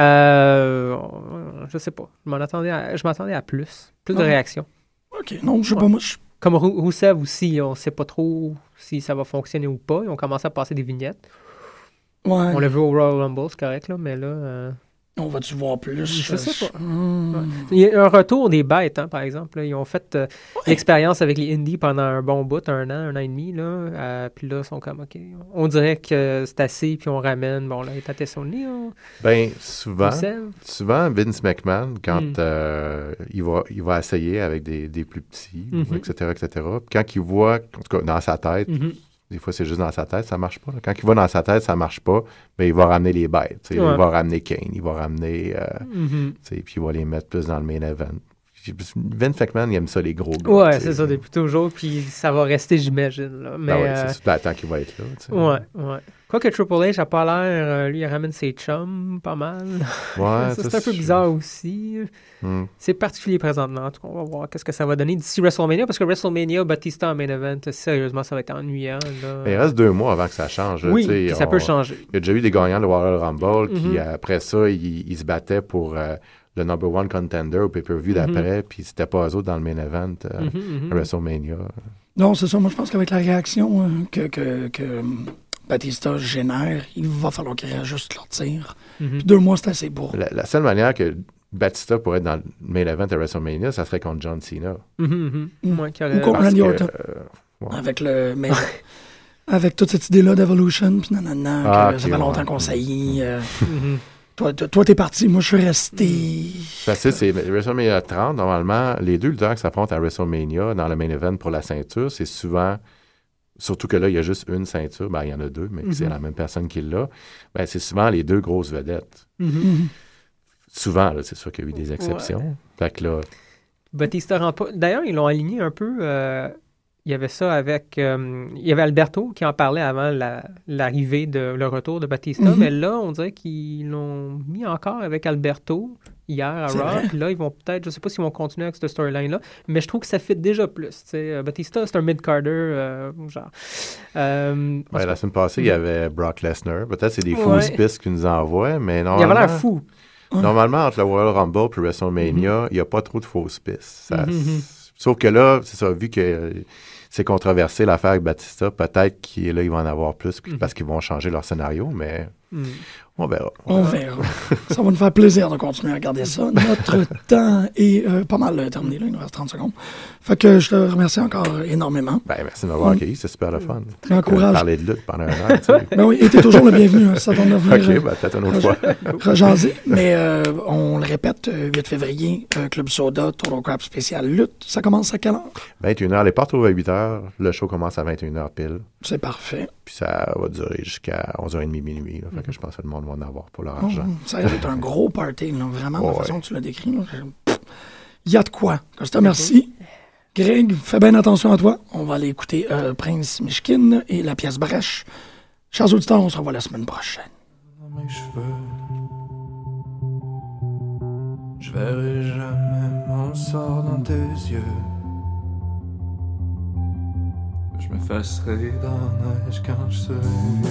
euh, je sais pas. Je m'en attendais à, je m'attendais à plus. Plus de Ouais. réactions. OK, non, je sais Ouais. pas, moi, je- Comme Rou- Rousseff aussi, on sait pas trop si ça va fonctionner ou pas. Ils ont commencé à passer des vignettes. ouais, On l'a vu au Royal Rumble, c'est correct, là, mais là... euh, on va-tu voir plus? Je sais pas. Hmm. Il y a un retour des bêtes, hein, par exemple. là. Ils ont fait euh, l'expérience avec les Indies pendant un bon bout, un an, un an et demi. Là. Euh, puis là, ils sont comme, OK, on dirait que c'est assez, puis on ramène, bon, là, Tate Sony, on... Ben, souvent, Rousseff. souvent, Vince McMahon, quand Mm. euh, il, va, il va essayer avec des, des plus petits, Mhm. et cetera, et cetera, puis quand il voit, en tout cas, dans sa tête, Mhm. des fois, c'est juste dans sa tête, ça marche pas. là. Quand il va dans sa tête, ça marche pas, mais il va ramener les bêtes. tu sais. Ouais. Il va ramener Kane, il va ramener... euh, Mhm. tu sais, puis il va les mettre plus dans le main event. Vince McMahon, il aime ça, les gros gars. Ouais, tu sais. c'est ça, depuis toujours, puis ça va rester, j'imagine. Là. Mais, Ben ouais, euh, c'est tout le temps qu'il va être là. tu sais. ouais, ouais. Quoique Triple H a pas l'air, euh, lui, il ramène ses chums, pas mal. Ouais, ça, ça, c'est un peu c'est- bizarre aussi. Hmm. C'est particulier présentement. En tout cas, on va voir qu'est-ce que ça va donner d'ici WrestleMania, parce que WrestleMania, Batista en main event, sérieusement, ça va être ennuyant. Là. Mais il reste deux mois avant que ça change. là, oui, tu sais, puis ça on- peut changer. Il y a déjà eu des gagnants de Royal Rumble qui, Mhm. après ça, ils, ils se battaient pour euh, le number one contender au pay-per-view Mhm. d'après, puis c'était pas eux autres dans le main event euh, Mhm, mhm. à WrestleMania. Non, c'est ça. Moi, je pense qu'avec la réaction euh, que, que, que euh, Batista génère, il va falloir qu'il réajuste leur tir. Mhm. Puis deux mois, c'est assez pour. La, la seule manière que Batista pourrait être dans le main event à WrestleMania, ça serait contre John Cena. Mhm, mhm. Mm. Ouais, qu'il y Ou aurait- contre Parce Randy que, Orton. euh, ouais. Avec le. Mais, avec toute cette idée-là d'Evolution, puis nanana, Ah, que ok, ça fait longtemps ouais. qu'on saillit. euh, Mhm. toi, toi, toi, t'es parti, moi, je suis resté. Parce que c'est WrestleMania trente, normalement, les deux lutteurs qui s'affrontent à WrestleMania dans le main event pour la ceinture, c'est souvent, surtout que là, il y a juste une ceinture, ben il y en a deux, mais Mhm. c'est la même personne qui l'a, ben c'est souvent les deux grosses vedettes. Mhm. Mhm. Souvent, là, c'est sûr qu'il y a eu des exceptions. Fait que là, Batista rentre pas. D'ailleurs, ils l'ont aligné un peu. euh, il y avait ça avec. euh, il y avait Alberto qui en parlait avant la- l'arrivée de le retour de Batista, Mhm. mais là, on dirait qu'ils l'ont mis encore avec Alberto hier à C'est Raw. vrai. Puis là, ils vont peut-être, je sais pas s'ils vont continuer avec cette storyline-là, mais je trouve que ça fit déjà plus. tu sais. Euh, Batista, c'est un mid-carder, euh, genre. Euh, en ben, tout la cas, semaine passée, il y avait Brock Lesnar. Peut-être c'est des faux Ouais. pistes qu'ils nous envoient, mais il normalement... avait l'air fou. Normalement, entre le Royal Rumble et WrestleMania, il n'y a pas trop de fausses pistes. Ça- Mhm. Sauf que là, c'est ça, vu que euh, c'est controversé l'affaire avec Batista, peut-être qu'il là, il va en avoir plus Mhm. parce qu'ils vont changer leur scénario, mais Mm. On verra. On verra. Ça va nous faire plaisir de continuer à regarder ça. Notre temps est euh, pas mal terminé, là. Il nous reste trente secondes. Fait que je te remercie encore énormément. Ben, merci de m'avoir On- accueilli, c'est super le fun. J'encourage. Parler de lutte pendant une heure, tu sais. Ben oui, et t'es toujours le bienvenu, hein, ça t'en a venir. OK, ben, peut-être une autre fois. Rejaser. Mais euh, on le répète, euh, huit février, euh, Club Soda, Total Crap spécial lutte. Ça commence à quelle heure? vingt et une heures, les portes ouvrent à huit heures. Le show commence à vingt et une heures pile. C'est parfait. Puis ça va durer jusqu'à onze heures trente, minuit. Là. Fait que je pense que le monde va en avoir pour leur Oh, argent. ça va être un gros party, là, vraiment, de la Ouais. façon que tu l'as décrit. Il y a de quoi. Costa, merci. Greg, fais bien attention à toi. On va aller écouter euh, Prince Mishkin et la pièce Brèche. Chers auditeurs, on se revoit la semaine prochaine. Dans mes cheveux, je verrai jamais mon sort dans tes yeux. Je m'effacerai dans la neige quand je serai